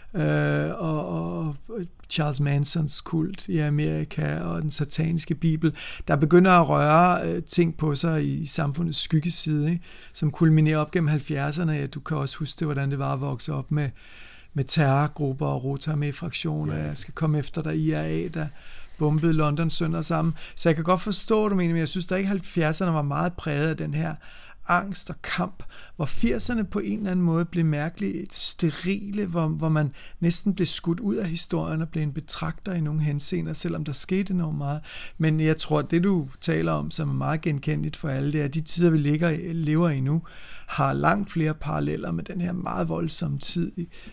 og Charles Mansons kult i Amerika og den sataniske bibel, der begynder at røre ting på sig i samfundets skyggeside, ikke? Som kulminerer op gennem 70'erne. Ja, du kan også huske, hvordan det var at vokse op med terrorgrupper og Rotary-fraktioner. Jeg skal komme efter dig, IRA, der bombede London sønder sammen. Så jeg kan godt forstå, du mener, men jeg synes da ikke, 70'erne var meget præget af den her angst og kamp, hvor 80'erne på en eller anden måde blev mærkeligt sterile, hvor man næsten blev skudt ud af historien og blev en betragter i nogle henseender, selvom der skete enormt meget. Men jeg tror, at det du taler om, som er meget genkendeligt for alle, det er, at de tider, vi lever i nu, har langt flere paralleller med den her meget voldsomme tid,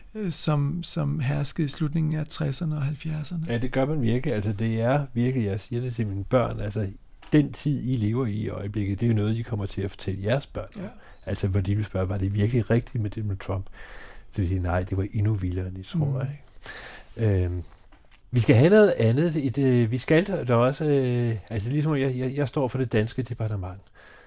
som herskede i slutningen af 60'erne og 70'erne. Ja, det gør man virkelig. Altså, det er virkelig, jeg siger det til mine børn, altså den tid, I lever i øjeblikket, det er jo noget, I kommer til at fortælle jeres børn. Ja. Altså, hvor de vil spørge, var det virkelig rigtigt med det med Trump? Så de siger, nej, det var endnu vildere, end I tror. Ikke? Vi skal have noget andet. Vi skal der også, altså ligesom jeg står for det danske departement,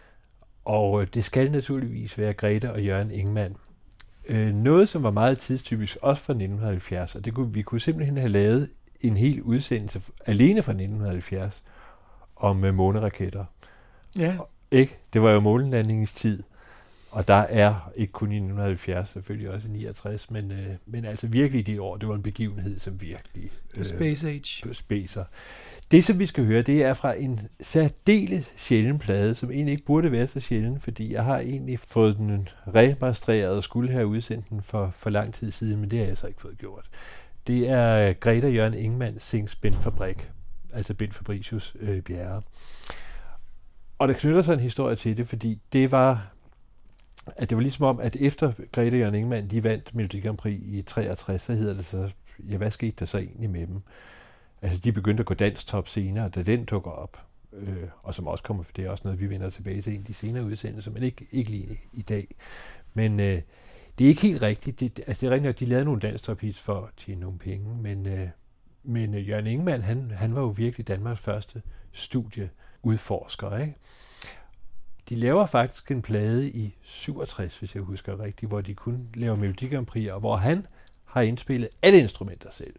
og det skal naturligvis være Grete og Jørgen Ingmann. Noget, som var meget tidstypisk, også fra 1970, og vi kunne simpelthen have lavet en hel udsendelse alene fra 1970, om måneraketter. Ja. Ikke? Det var jo månelandingens tid, og der er ikke kun i 1970, selvfølgelig også i 69, men altså virkelig de år, det var en begivenhed, som virkelig Space Age. Spacer. Det, som vi skal høre, det er fra en særdeles sjælden plade, som egentlig ikke burde være så sjælden, fordi jeg har egentlig fået den remastereret og skulle have udsendt den for lang tid siden, men det har jeg så ikke fået gjort. Det er Grete og Jørgen Ingmann sings Bent Fabrik, altså Bent Fabricius Bjerre. Og der knytter sig en historie til det, fordi det var ligesom om, at efter Grete og Jørgen Ingmann, de vandt Melodi Grand Prix i 63, så hedder det så, ja, hvad skete der så egentlig med dem? Altså, de begyndte at gå danstop senere, da den dukker op, og som også kommer, for det er også noget, vi vender tilbage til i de senere udsendelser, men ikke lige i dag. Men det er ikke helt rigtigt. Det er rigtigt, at de lavede nogle danstop hits for at tjene nogle penge, men Jørgen Ingmann, han var jo virkelig Danmarks første studieudforsker, ikke? De laver faktisk en plade i 67, hvis jeg husker rigtigt, hvor de kun laver Melodi Grand Prix, og hvor han har indspillet alle instrumenter selv.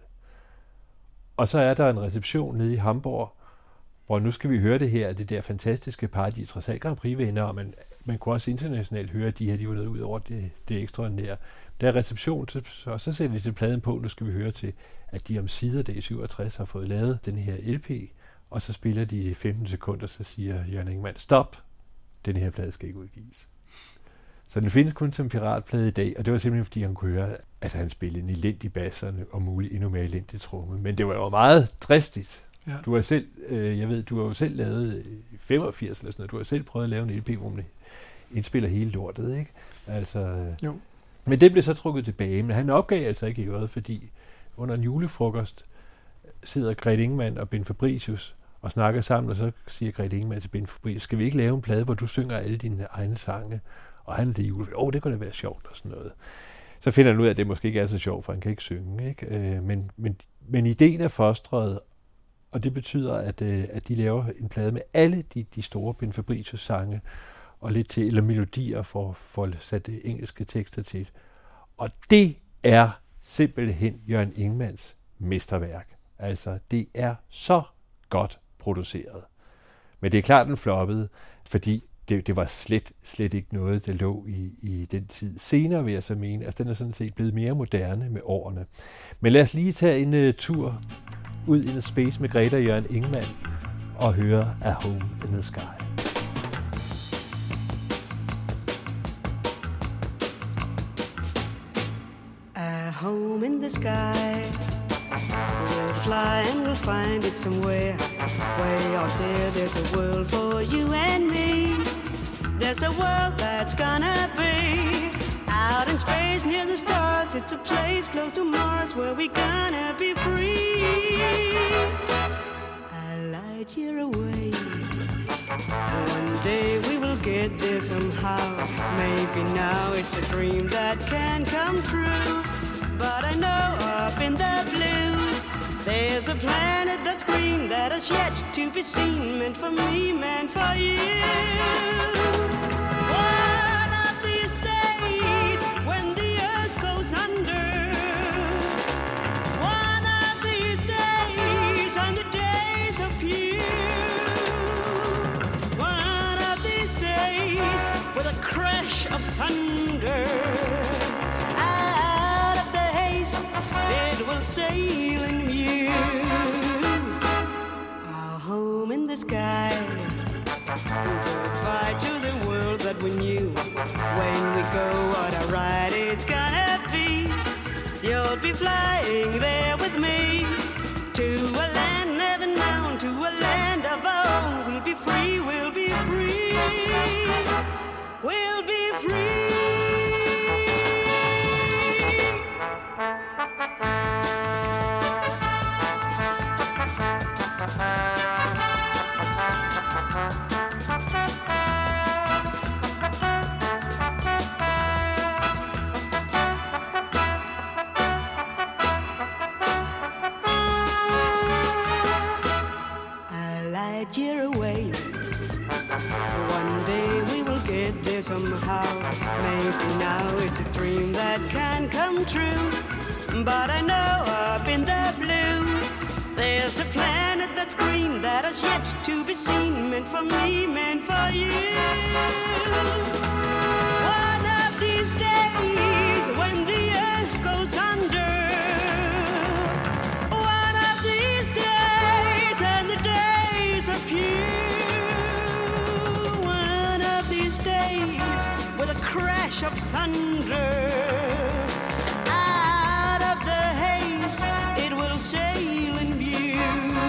Og så er der en reception nede i Hamburg, hvor nu skal vi høre det her, det der fantastiske par, de trods alt Grand Prix-vinder, og man kunne også internationalt høre, at de her, de var noget ud over det ekstraordinære. Der er reception, og så sætter de til pladen på, nu skal vi høre til, at de omsider dag 67 har fået lavet den her LP, og så spiller de 15 sekunder, så siger Jørgen Ingmann, stop, den her plade skal ikke udgives. Så den findes kun som piratplade i dag, og det var simpelthen, fordi han kunne høre, at han spillede en elendig basserne, og muligt endnu mere elendig tromme. Men det var jo meget dristigt. Ja. Du har selv, jeg ved, du har jo selv lavet 85 eller sådan noget, du har selv prøvet at lave en LP, hvor man indspiller hele lortet, ikke? Altså, jo. Men det blev så trukket tilbage, men han opgav altså ikke i øvrigt, fordi under en julefrokost sidder Grete Ingmann og Bent Fabricius og snakker sammen, og så siger Grete Ingmann til Bent Fabricius, skal vi ikke lave en plade, hvor du synger alle dine egne sange? Og han er til jule, det kunne da være sjovt og sådan noget. Så finder han ud af, at det måske ikke er så sjovt, for han kan ikke synge, ikke? Men ideen er fostret, og det betyder, at de laver en plade med alle de store Bent Fabricius sange, og lidt til, eller melodier for at sætte engelske tekster til. Og det er simpelthen Jørgen Ingmanns mesterværk. Altså, det er så godt produceret. Men det er klart, den floppede, fordi det var slet ikke noget, der lå i den tid. Senere vil jeg så mene, altså den er sådan set blevet mere moderne med årene. Men lad os lige tage en tur ud in space med Grete og Jørgen Ingmann og høre A Home in the Sky. A home in the sky. We'll fly and we'll find it somewhere. Way out there, there's a world for you and me. There's a world that's gonna be out in space near the stars. It's a place close to Mars where we're gonna be free. A light year away. One day we will get there somehow. Maybe now it's a dream that can come true. But I know up in the blue there's a planet that's green that is yet to be seen. Meant for me, meant for you. One of these days when the earth goes under. One of these days on the days of you. One of these days with a crash of thunder. It will sail in you. Our home in the sky. Goodbye to the world that we knew. You'll be flying there with me to a land never known, to a land of our own. We'll be free, we'll be free, we'll be free. Year away. One day we will get there somehow. Maybe now it's a dream that can come true. But I know up in the blue there's a planet that's green that has yet to be seen. Meant for me, meant for you. One of these days when the earth goes under, one of these days and the days are few, one of these days with a crash of thunder, out of the haze it will sail in view,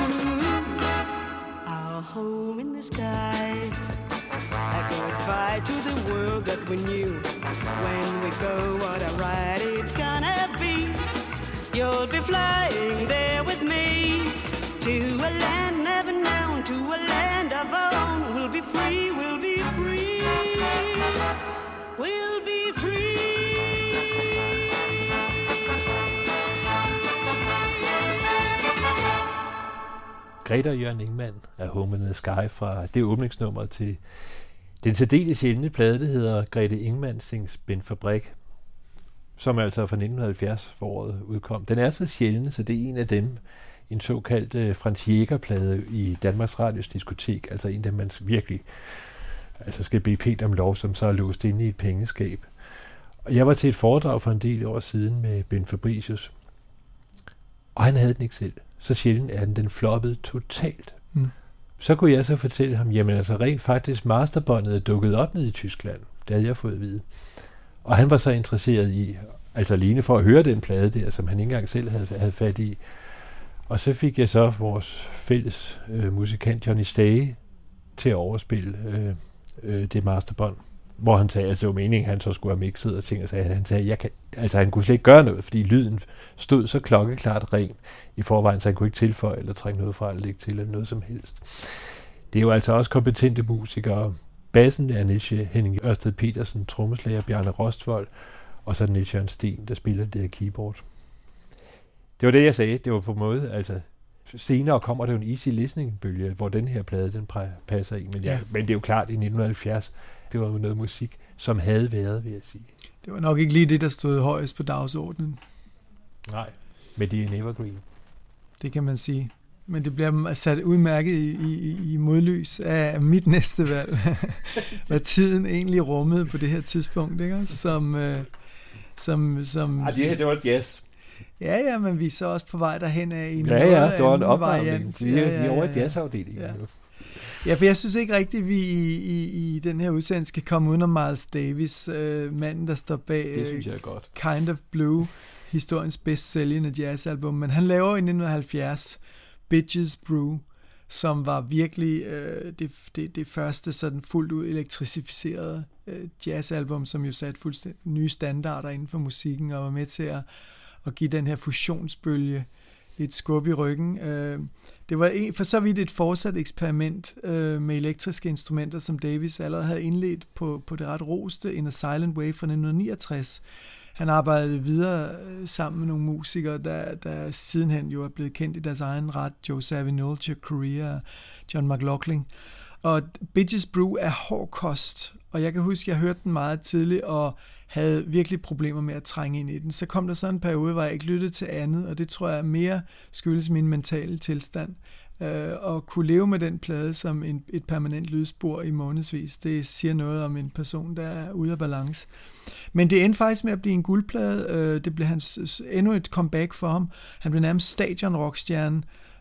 our home in the sky, a goodbye to the world that we knew. When we go, what a ride it's gonna be. You'll be flying there with me to a land never known, to a land of our own. We'll be free, we'll be free, we'll be free. Grete og Jørgen Ingmann af Home in the Sky fra det åbningsnummer til den særdeles sjældne plade, der hedder Grete Ingmann sings Ben Fabrik, som altså fra 1970 for året udkom. Den er så sjælden, så det er en af dem, en såkaldt Franz Jäger-plade i Danmarks Radios diskotek, altså en af dem, man virkelig skal bede pænt om lov, som så er låst inde i et pengeskab. Og jeg var til et foredrag for en del år siden med Ben Fabricius, og han havde den ikke selv. Så sjældent er den floppede totalt. Så kunne jeg så fortælle ham, jamen altså rent faktisk masterbåndet er dukket op nede i Tyskland. Det havde jeg fået at vide. Og han var så interesseret i, altså alene for at høre den plade der, som han ikke engang selv havde fat i. Og så fik jeg så vores fælles musikant Johnny Stage til at overspille det masterbånd, hvor han sagde, at det var meningen, han så skulle have mixet og ting, og han sagde, han kunne slet ikke gøre noget, fordi lyden stod så klokkeklart ren i forvejen, så han kunne ikke tilføje eller trække noget fra, eller lægge til, eller noget som helst. Det er jo altså også kompetente musikere. Bassen er Niels Henning Ørsted Petersen, trommeslager Bjarne Rostvold, og så Niels Jørgen Sten, der spiller det her keyboard. Det var det, jeg sagde. Det var på en måde, altså senere kommer der jo en easy listening-bølge, hvor den her plade, den passer i. Men det er jo klart, i 1970, det var jo noget musik, som havde været, vil jeg sige. Det var nok ikke lige det, der stod højest på dagsordenen. Nej, men det er en evergreen. Det kan man sige. Men det bliver sat udmærket i modlys af mit næste valg. Hvad tiden egentlig rummede på det her tidspunkt, ikke? Som det var jazz. Ja, men vi er så også på vej derhen af en det var en opvarmning. Vi er over i jazzafdelingen. Ja, for jeg synes ikke rigtigt, at vi i den her udsendelse skal komme uden om Miles Davis, manden, der står bag det synes jeg er godt. Kind of Blue, historiens bedst sælgende jazzalbum. Men han laver i 1970 Bitches Brew, som var virkelig det første sådan fuldt ud elektrificerede jazzalbum, som jo satte fuldstændig nye standarder inden for musikken og var med til at give den her fusionsbølge et skub i ryggen. Det var for så vidt et fortsat eksperiment med elektriske instrumenter, som Davis allerede havde indledt på det ret roste In a Silent Way fra 1969. Han arbejdede videre sammen med nogle musikere, der sidenhen jo er blevet kendt i deres egen ret. Joe Zawinul, Chick Corea, John McLaughlin. Og Bitches Brew er hård kost, og jeg kan huske, at jeg hørte den meget tidligt, og havde virkelig problemer med at trænge ind i den. Så kom der sådan en periode, hvor jeg ikke lyttede til andet, og det tror jeg mere skyldes min mentale tilstand. Og kunne leve med den plade som et permanent lydspor i månedsvis, det siger noget om en person, der er ude af balance. Men det endte faktisk med at blive en guldplade. Det blev endnu et comeback for ham. Han blev nærmest stadion-rockstjerne.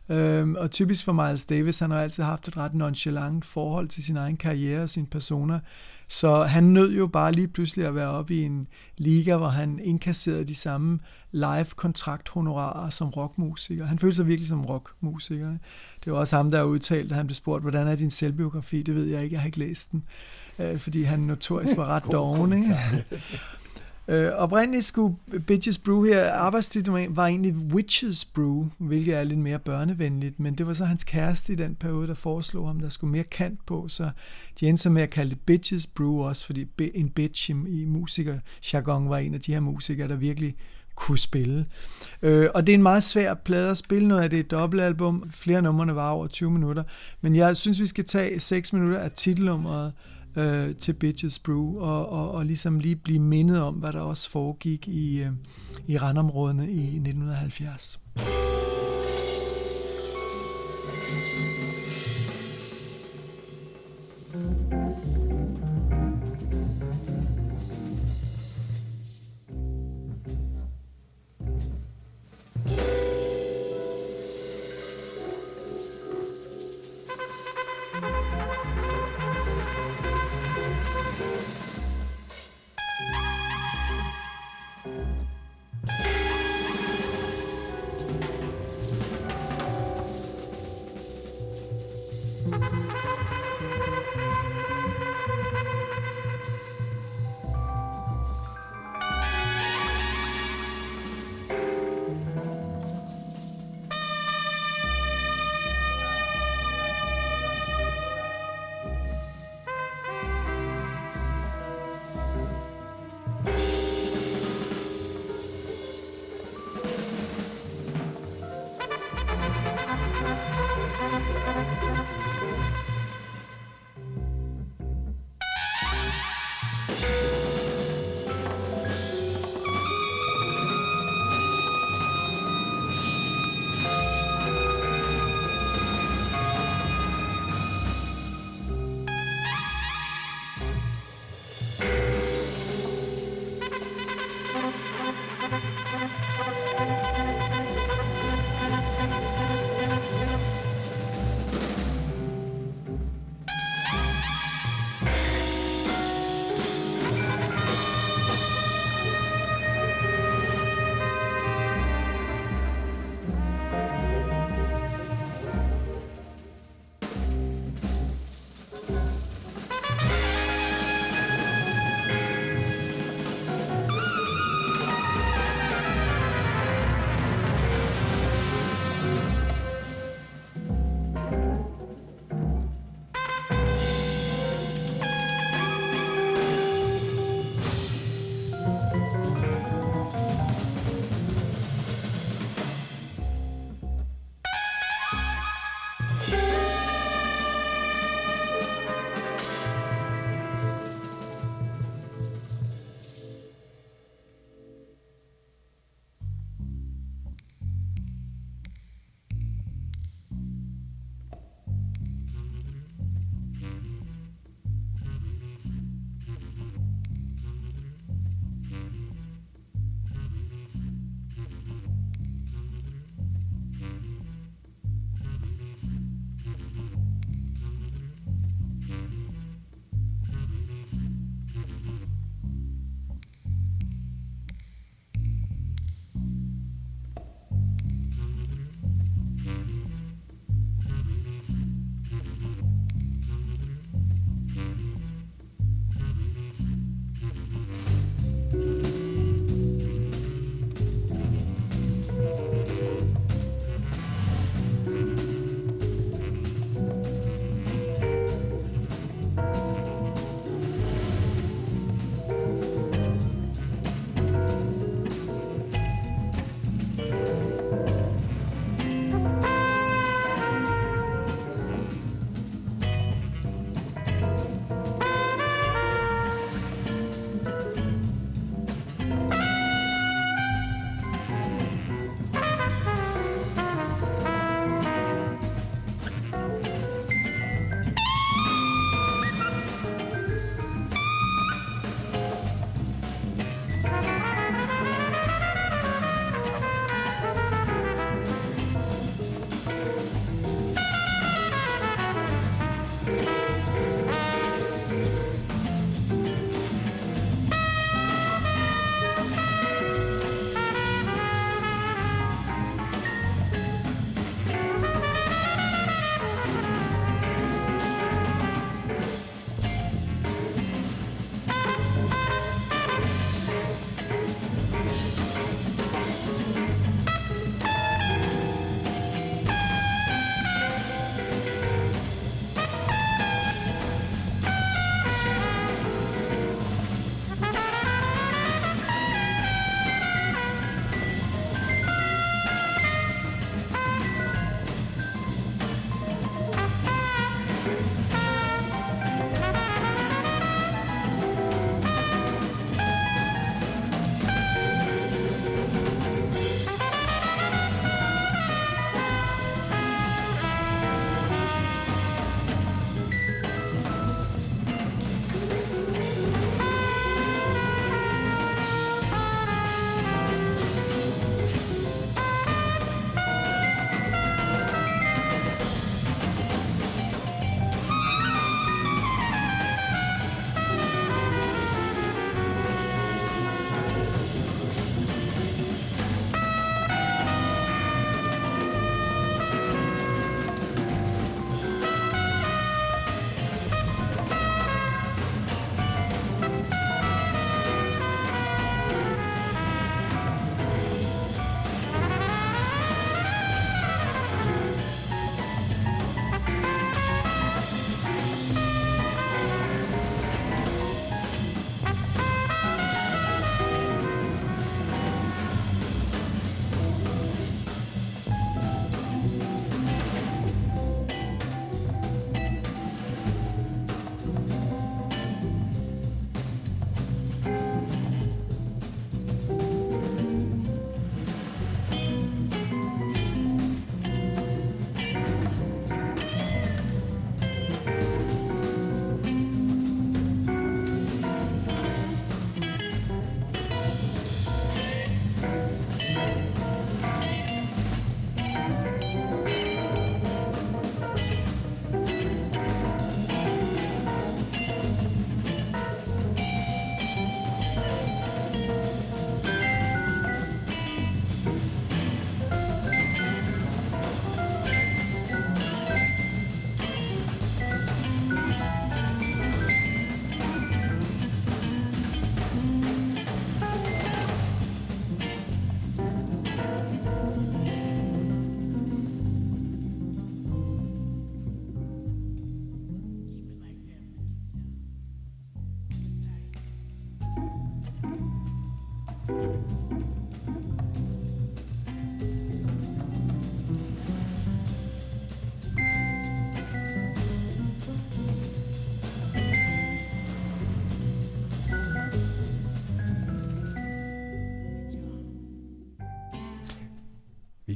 Og typisk for Miles Davis, han har altid haft et ret nonchalant forhold til sin egen karriere og sine personer. Så han nød jo bare lige pludselig at være oppe i en liga, hvor han indkasserede de samme live-kontrakt-honorarer som rockmusiker. Han følte sig virkelig som rockmusiker. Det var også ham, der udtalte, at han blev spurgt, hvordan er din selvbiografi? Det ved jeg ikke, jeg har ikke læst den. Fordi han notorisk var ret doven, ikke? Oprindeligt skulle Bitches Brew her, arbejdstitlen var egentlig Witches Brew, hvilket er lidt mere børnevenligt, men det var så hans kæreste i den periode, der foreslog ham, der skulle mere kant på, så de endte så med at kalde det Bitches Brew også, fordi en bitch i musikerjargon var en af de her musikere, der virkelig kunne spille. Og det er en meget svær plade at spille, noget af det er et dobbeltalbum, flere numrene var over 20 minutter, men jeg synes, vi skal tage 6 minutter af titelnummeret til Bitches Brew og ligesom lige blive mindet om, hvad der også foregik i randområdene i 1970.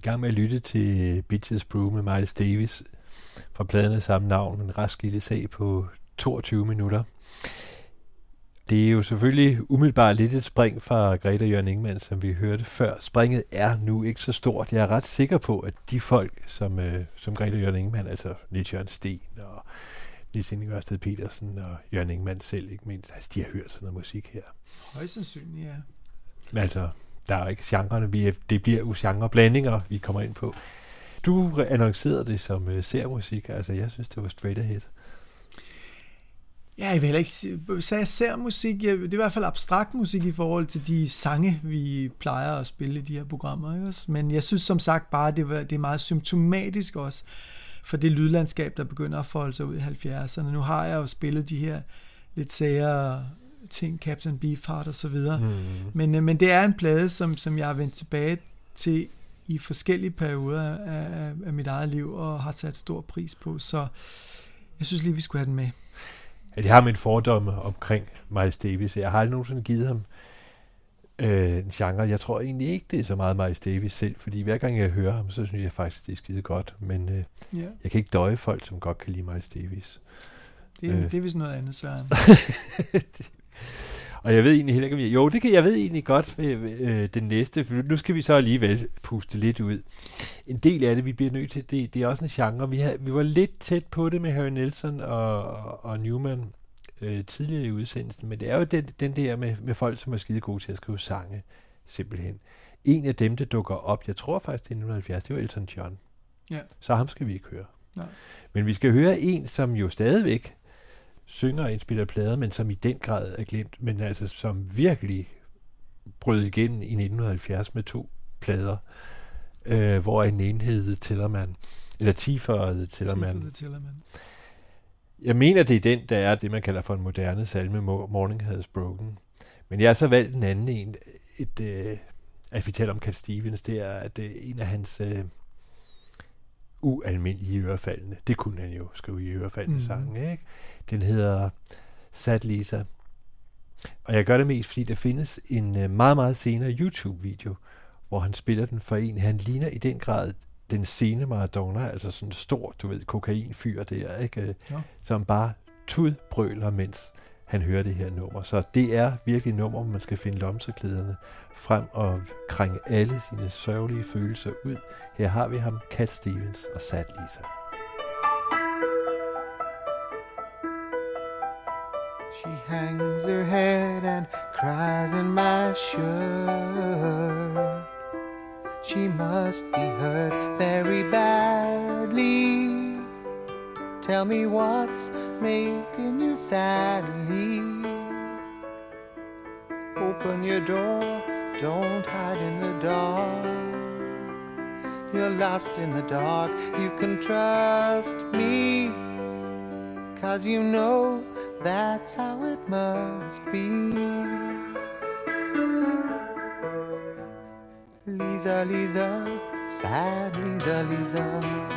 gang med at lytte til Bitches Brew med Miles Davis fra pladen af samme navn, en rask lille sag på 22 minutter. Det er jo selvfølgelig umiddelbart lidt et spring fra Grete og Jørgen Ingmann, som vi hørte før. Springet er nu ikke så stort. Jeg er ret sikker på, at de folk, som Grete og Jørgen Ingmann, altså Niels Jørgen Sten og Niels Henning Ørsted Petersen og Jørgen Ingmann selv, ikke mindst, altså, de har hørt sådan noget musik her. Højst sandsynligt, ja. Men altså, der er ikke genrerne. Det bliver jo genreblandinger, vi kommer ind på. Du annoncerede det som sermusik, altså jeg synes, det var straight ahead. Ja, jeg vil heller ikke sige sermusik. Det er i hvert fald abstrakt musik i forhold til de sange, vi plejer at spille i de her programmer. Ikke også? Men jeg synes som sagt bare, det er meget symptomatisk også for det lydlandskab, der begynder at folde sig ud i 70'erne. Nu har jeg jo spillet de her lidt sære ting, Captain Beefheart og så videre. Men det er en plade, som jeg har vendt tilbage til i forskellige perioder af mit eget liv og har sat stor pris på. Så jeg synes lige, vi skulle have den med. Jeg har min fordomme omkring Miles Davis. Jeg har aldrig nogensinde givet ham en genre. Jeg tror egentlig ikke, det er så meget Miles Davis selv, fordi hver gang jeg hører ham, så synes jeg faktisk, det er skide godt. Men jeg kan ikke døje folk, som godt kan lide Miles Davis. Det er vist noget andet, Søren. Og jeg ved egentlig heller ikke, jo, det kan jeg ved egentlig godt den næste, for nu skal vi så alligevel puste lidt ud. En del af det, vi bliver nødt til, det er også en genre. Vi var lidt tæt på det med Harry Nilsson og Newman tidligere i udsendelsen, men det er jo den der med folk, som er skide gode til at skrive sange, simpelthen. En af dem, der dukker op, jeg tror faktisk, det er 1970, det var Elton John. Ja. Så ham skal vi ikke høre. Nej. Men vi skal høre en, som jo stadigvæk synger og indspiller plader, men som i den grad er glemt, men altså som virkelig brød igennem i 1970 med 2 plader, hvor en ene hed Tillerman, eller Tifer Tillerman. Jeg mener, det er den, der er det, man kalder for en moderne salme, Morning Has Broken. Men jeg har så valgt en anden en, at vi taler om Cat Stevens, det er at en af hans ualmindelige ørefaldende. Det kunne han jo skrive i ørefaldende sange, ikke? Den hedder Sad Lisa. Og jeg gør det mest, fordi der findes en meget, meget senere YouTube-video, hvor han spiller den for en. Han ligner i den grad den sene Maradona, altså sådan en stor, du ved, kokainfyr der, ikke? Ja. Som bare tudbrøler, mens han hører det her nummer. Så det er virkelig et nummer, hvor man skal finde lomseklæderne frem og krænge alle sine sørgelige følelser ud. Her har vi ham, Cat Stevens og Sad Lisa. She hangs her head and cries in my shirt. She must be hurt very badly. Tell me what's making you sadly. Open your door, don't hide in the dark. You're lost in the dark, you can trust me, 'cause you know that's how it must be. Lisa, Lisa, sad Lisa, Lisa.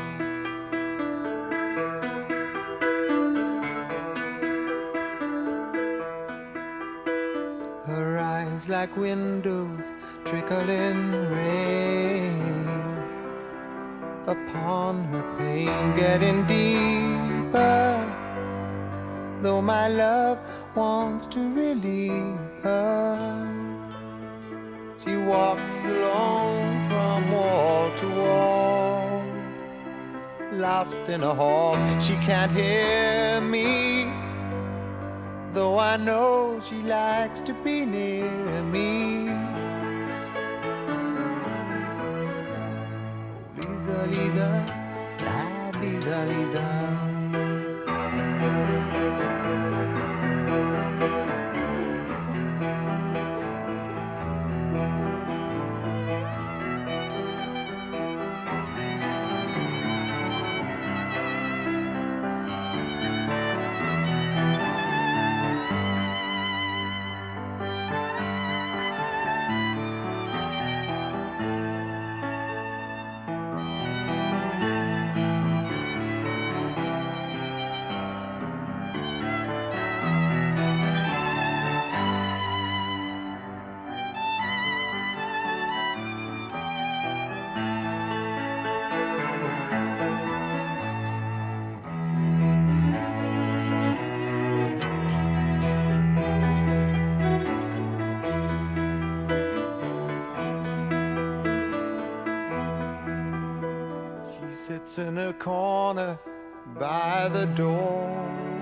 Her eyes like windows, trickling rain upon her pain, getting deeper. Though my love wants to relieve her, she walks alone from wall to wall, lost in a hall. She can't hear me, though I know she likes to be near me. Oh, Lisa, Lisa, sad Lisa, Lisa. sits in a corner by the door.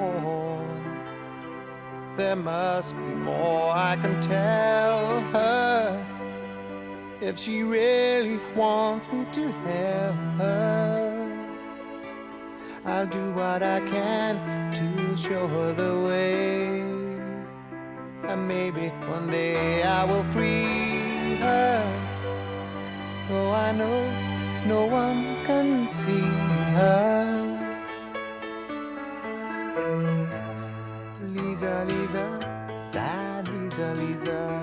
There must be more I can tell her if she really wants me to help her. I'll do what I can to show her the way, and maybe one day I will free her. Though I know no one can see her. Lisa, Lisa, sad Lisa, Lisa.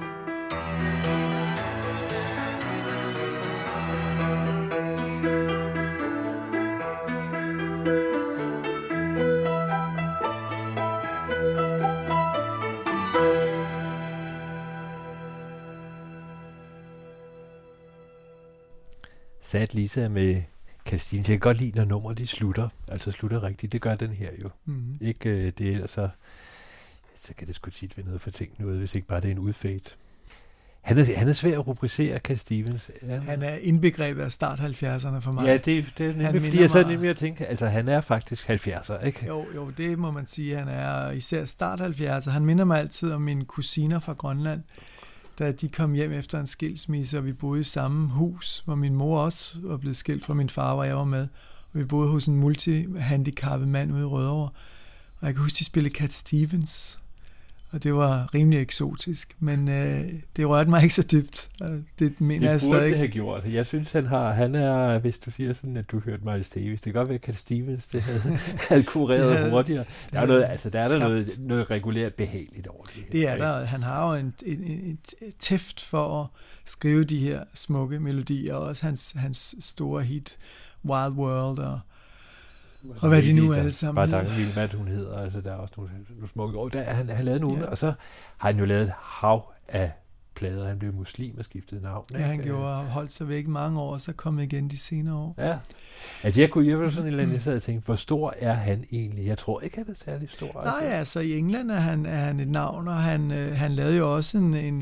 Sad Lisa med Cat Stevens. Jeg kan godt lide, når nummer de slutter. Altså slutter rigtigt. Det gør den her jo. Mm-hmm. Ikke det, altså så kan det sgu tit være noget for tænkt noget, hvis ikke bare det er en udfade. Han er svær at rubricere, Cat Stevens. Han er indbegrebet af start 70'erne for mig. Ja, det er nemlig, fordi jeg sad nemlig at tænke, altså han er faktisk 70'er, ikke? Jo, det må man sige. Han er især start 70'er. Han minder mig altid om mine kusiner fra Grønland, da de kom hjem efter en skilsmisse, og vi boede i samme hus, hvor min mor også var blevet skilt fra min far, hvor jeg var med. Og vi boede hos en multihandicappet mand ude i Rødovre. Og jeg kan huske, de spillede Cat Stevens. Og det var rimelig eksotisk, men det rørte mig ikke så dybt. Det mener jeg stadig. Det burde det have gjort. Jeg synes, han er, hvis du siger sådan, at du hørte Miles Davis, det kan godt være, at Cat Stevens det havde kureret hurtigere. Der er noget regulært behageligt over det. Det er der. Han har jo en tæft for at skrive de her smukke melodier, og også hans store hit, Wild World og hvad de nu alle sammen hedder. Bare hvad hun hedder. Altså, der er også nogle smukke år. Han lavede nogle, og så har han jo lavet et hav af plader. Han blev muslim og skiftede navn. Ja, han holdt sig væk mange år, og så kom igen de senere år. Ja. Altså, jeg var sådan en eller anden, jeg sad og tænkte, hvor stor er han egentlig? Jeg tror ikke, han er særlig stor. Nej, altså i England er han et navn, og han lavede jo også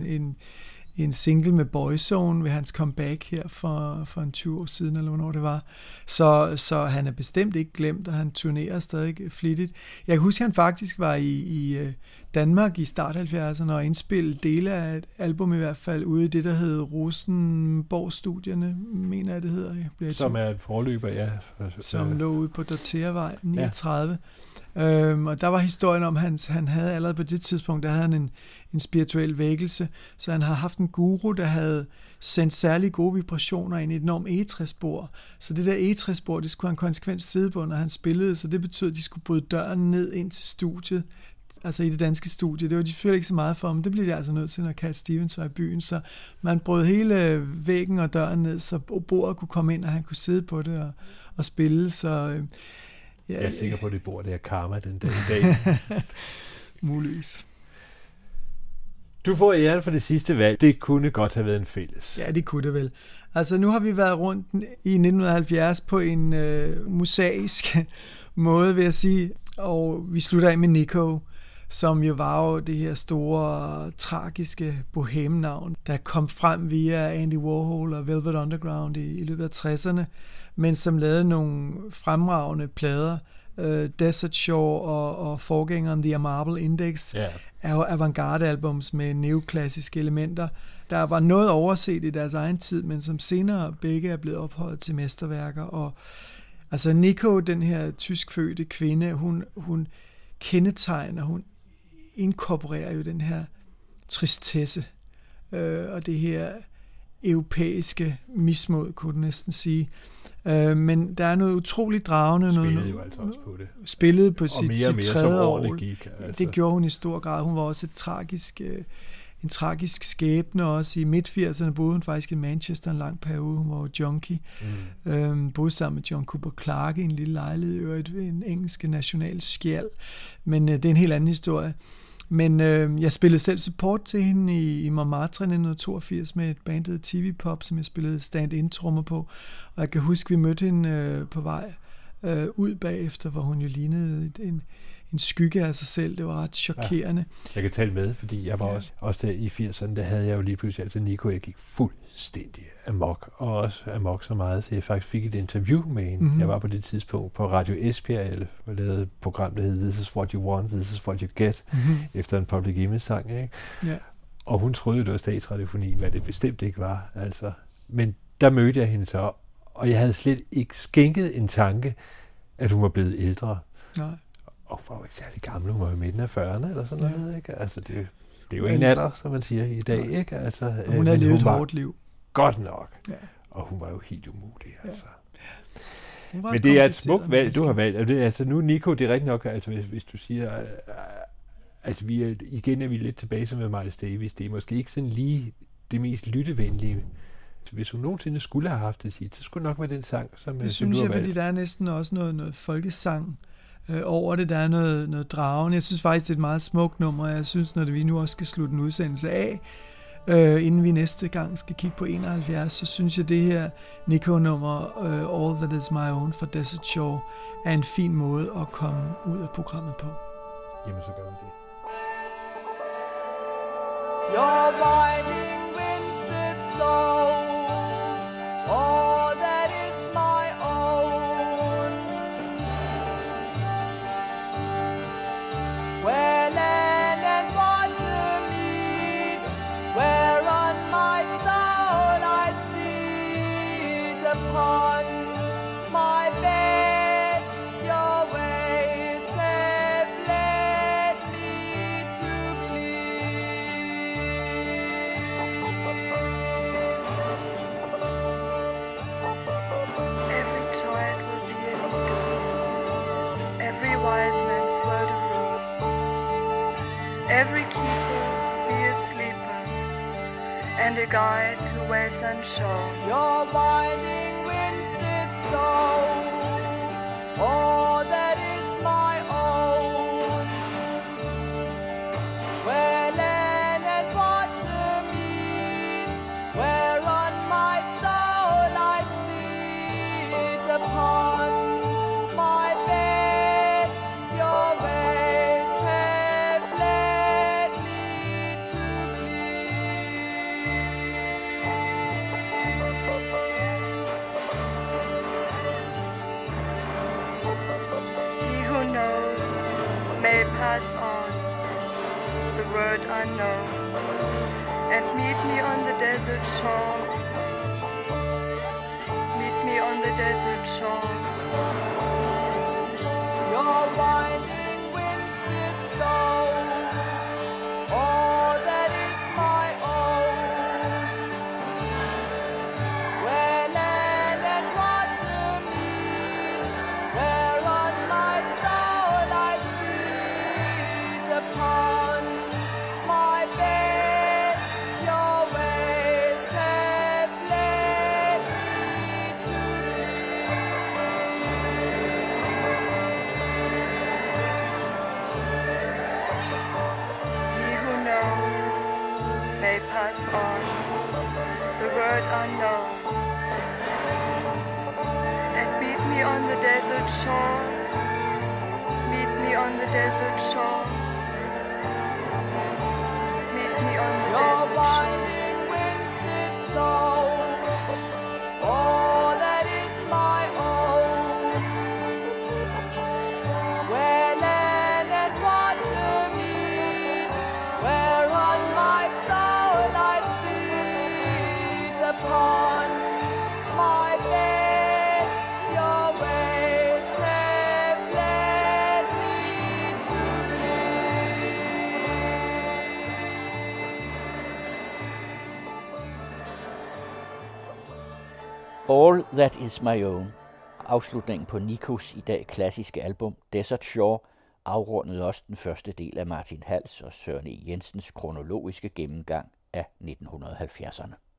en single med Boyzone ved hans comeback her for en 20 år siden, eller hvornår det var. Så han er bestemt ikke glemt, og han turnerer stadig flittigt. Jeg kan huske, at han faktisk var i Danmark i start 70'erne og indspillede dele af et album i hvert fald ude i det, der hed Rosenborg-studierne, mener jeg, det hedder. Som er et forløber, ja. Som lå ude på Dortheavej 39. Ja. Og der var historien om, han havde allerede på det tidspunkt, der havde han en spirituel vækkelse, så han havde haft en guru, der havde sendt særlig gode vibrationer ind i et enormt egetræsbord. Så det der egetræsbord, det skulle han konsekvent sidde på, når han spillede, så det betød, at de skulle bryde døren ned ind til studiet, altså i det danske studie. Det var de selvfølgelig ikke så meget for, men det blev de altså nødt til, når Cat Stevens var i byen, så man brød hele væggen og døren ned, så bordet kunne komme ind, og han kunne sidde på det og spille, så... Jeg er sikker på, at det bord der er karma den dag. Muligvis. Du får æren for det sidste valg. Det kunne godt have været en fælles. Ja, det kunne det vel. Altså, nu har vi været rundt i 1970 på en mosaisk måde, vil jeg sige. Og vi slutter af med Nico, som jo var jo det her store, tragiske bohemnavn, der kom frem via Andy Warhol og Velvet Underground i løbet af 60'erne, men som lavede nogle fremragende plader. Desert Shore og forgængeren The Marble Index er jo avantgarde-albums med neoklassiske elementer. Der var noget overset i deres egen tid, men som senere begge er blevet ophøjet til mesterværker. Og altså Nico, den her tyskfødte kvinde, hun kendetegner, hun inkorporerer jo den her tristesse og det her europæiske mismod, kunne du næsten sige. Men der er noget utroligt dragende. Spillede jo altså også på det. Spillede på sit tredje år. Gik, altså. Det gjorde hun i stor grad. Hun var også en tragisk skæbne også. I midt-80'erne boede hun faktisk i Manchester en lang periode. Hun var jo junkie. Boede sammen med John Cooper Clarke i en lille lejlighed ved en engelsk national skjald. Men det er en helt anden historie. Men jeg spillede selv support til hende i Montmartre 1982 med et band, der TV Pop, som jeg spillede stand-in-trommer på. Og jeg kan huske, vi mødte hende på vej ud bagefter, hvor hun jo lignede en skygge af sig selv. Det var ret chokerende. Ja, jeg kan tale med, fordi jeg var også der i 80'erne, der havde jeg jo lige pludselig altid Nico, jeg gik fuldstændig amok, og også amok så meget, så jeg faktisk fik et interview med hende. Mm-hmm. Jeg var på det tidspunkt på Radio Esbjerg, og lavede et program, der hed This is what you want, this is what you get, efter en Public Image-sang, ikke? Ja. Og hun troede, det var statsradiofoni, hvad det bestemt ikke var, altså. Men der mødte jeg hende så, og jeg havde slet ikke skænket en tanke, at hun var blevet ældre. Nej. Og hun var jo ikke særlig gammel, hun var jo midten af 40'erne eller sådan noget, ikke? Altså, det er jo en alder, som man siger i dag, ikke? Altså, hun havde levet et hårdt liv. Godt nok. Ja. Og hun var jo helt umulig, altså. Men det er et smukt valg, du har valgt. Og det, altså, nu, Nico, det er rigtig nok, altså, hvis du siger, at vi er vi lidt tilbage som med Miles Davis. Det er måske ikke sådan lige det mest lyttevenlige. Hvis hun nogensinde skulle have haft det hit, så skulle det nok være den sang, som det synes jeg, fordi der er næsten også noget folkesang over det. Der er noget dragen. Jeg synes faktisk, det er et meget smukt nummer. Jeg synes, når vi nu også skal slutte en udsendelse af, inden vi næste gang skal kigge på 71, så synes jeg, det her Nico-nummer, All That Is My Own for Desert Shore, er en fin måde at komme ud af programmet på. Jamen, så gør vi det. Your winding windsted soul, all that is my own. Where land and water meet, where on my soul I sit upon my bed, your ways have led me to Every child will be a leader, every wise man's word of road, every keeper be a sleeper, and a guide to ways unshown. Your winding windsted soul, all that is my own. Where land and water meet, where on my soul I sit upon my bed, your ways have led me to He who knows may pass on the word unknown and meet me on the desert shore. Meet me on the desert shore. your winding windsted soul, all that is my own. Where land and water meet, where on my soul I sit upon my bed, your ways have led me to He who knows may pass on the word unknown and meet me on the desert shore. Meet me on the desert shore. Meet me on the your desert shore. winding windsted soul, all that is my own. Where land and water meet, where on my soul I sit upon my bed, your ways have led me to All That Is My Own, afslutningen på Nikos i dag klassiske album Desert Shore, afrundede også den første del af Martin Hals og Søren E. Jensens kronologiske gennemgang af 1970'erne.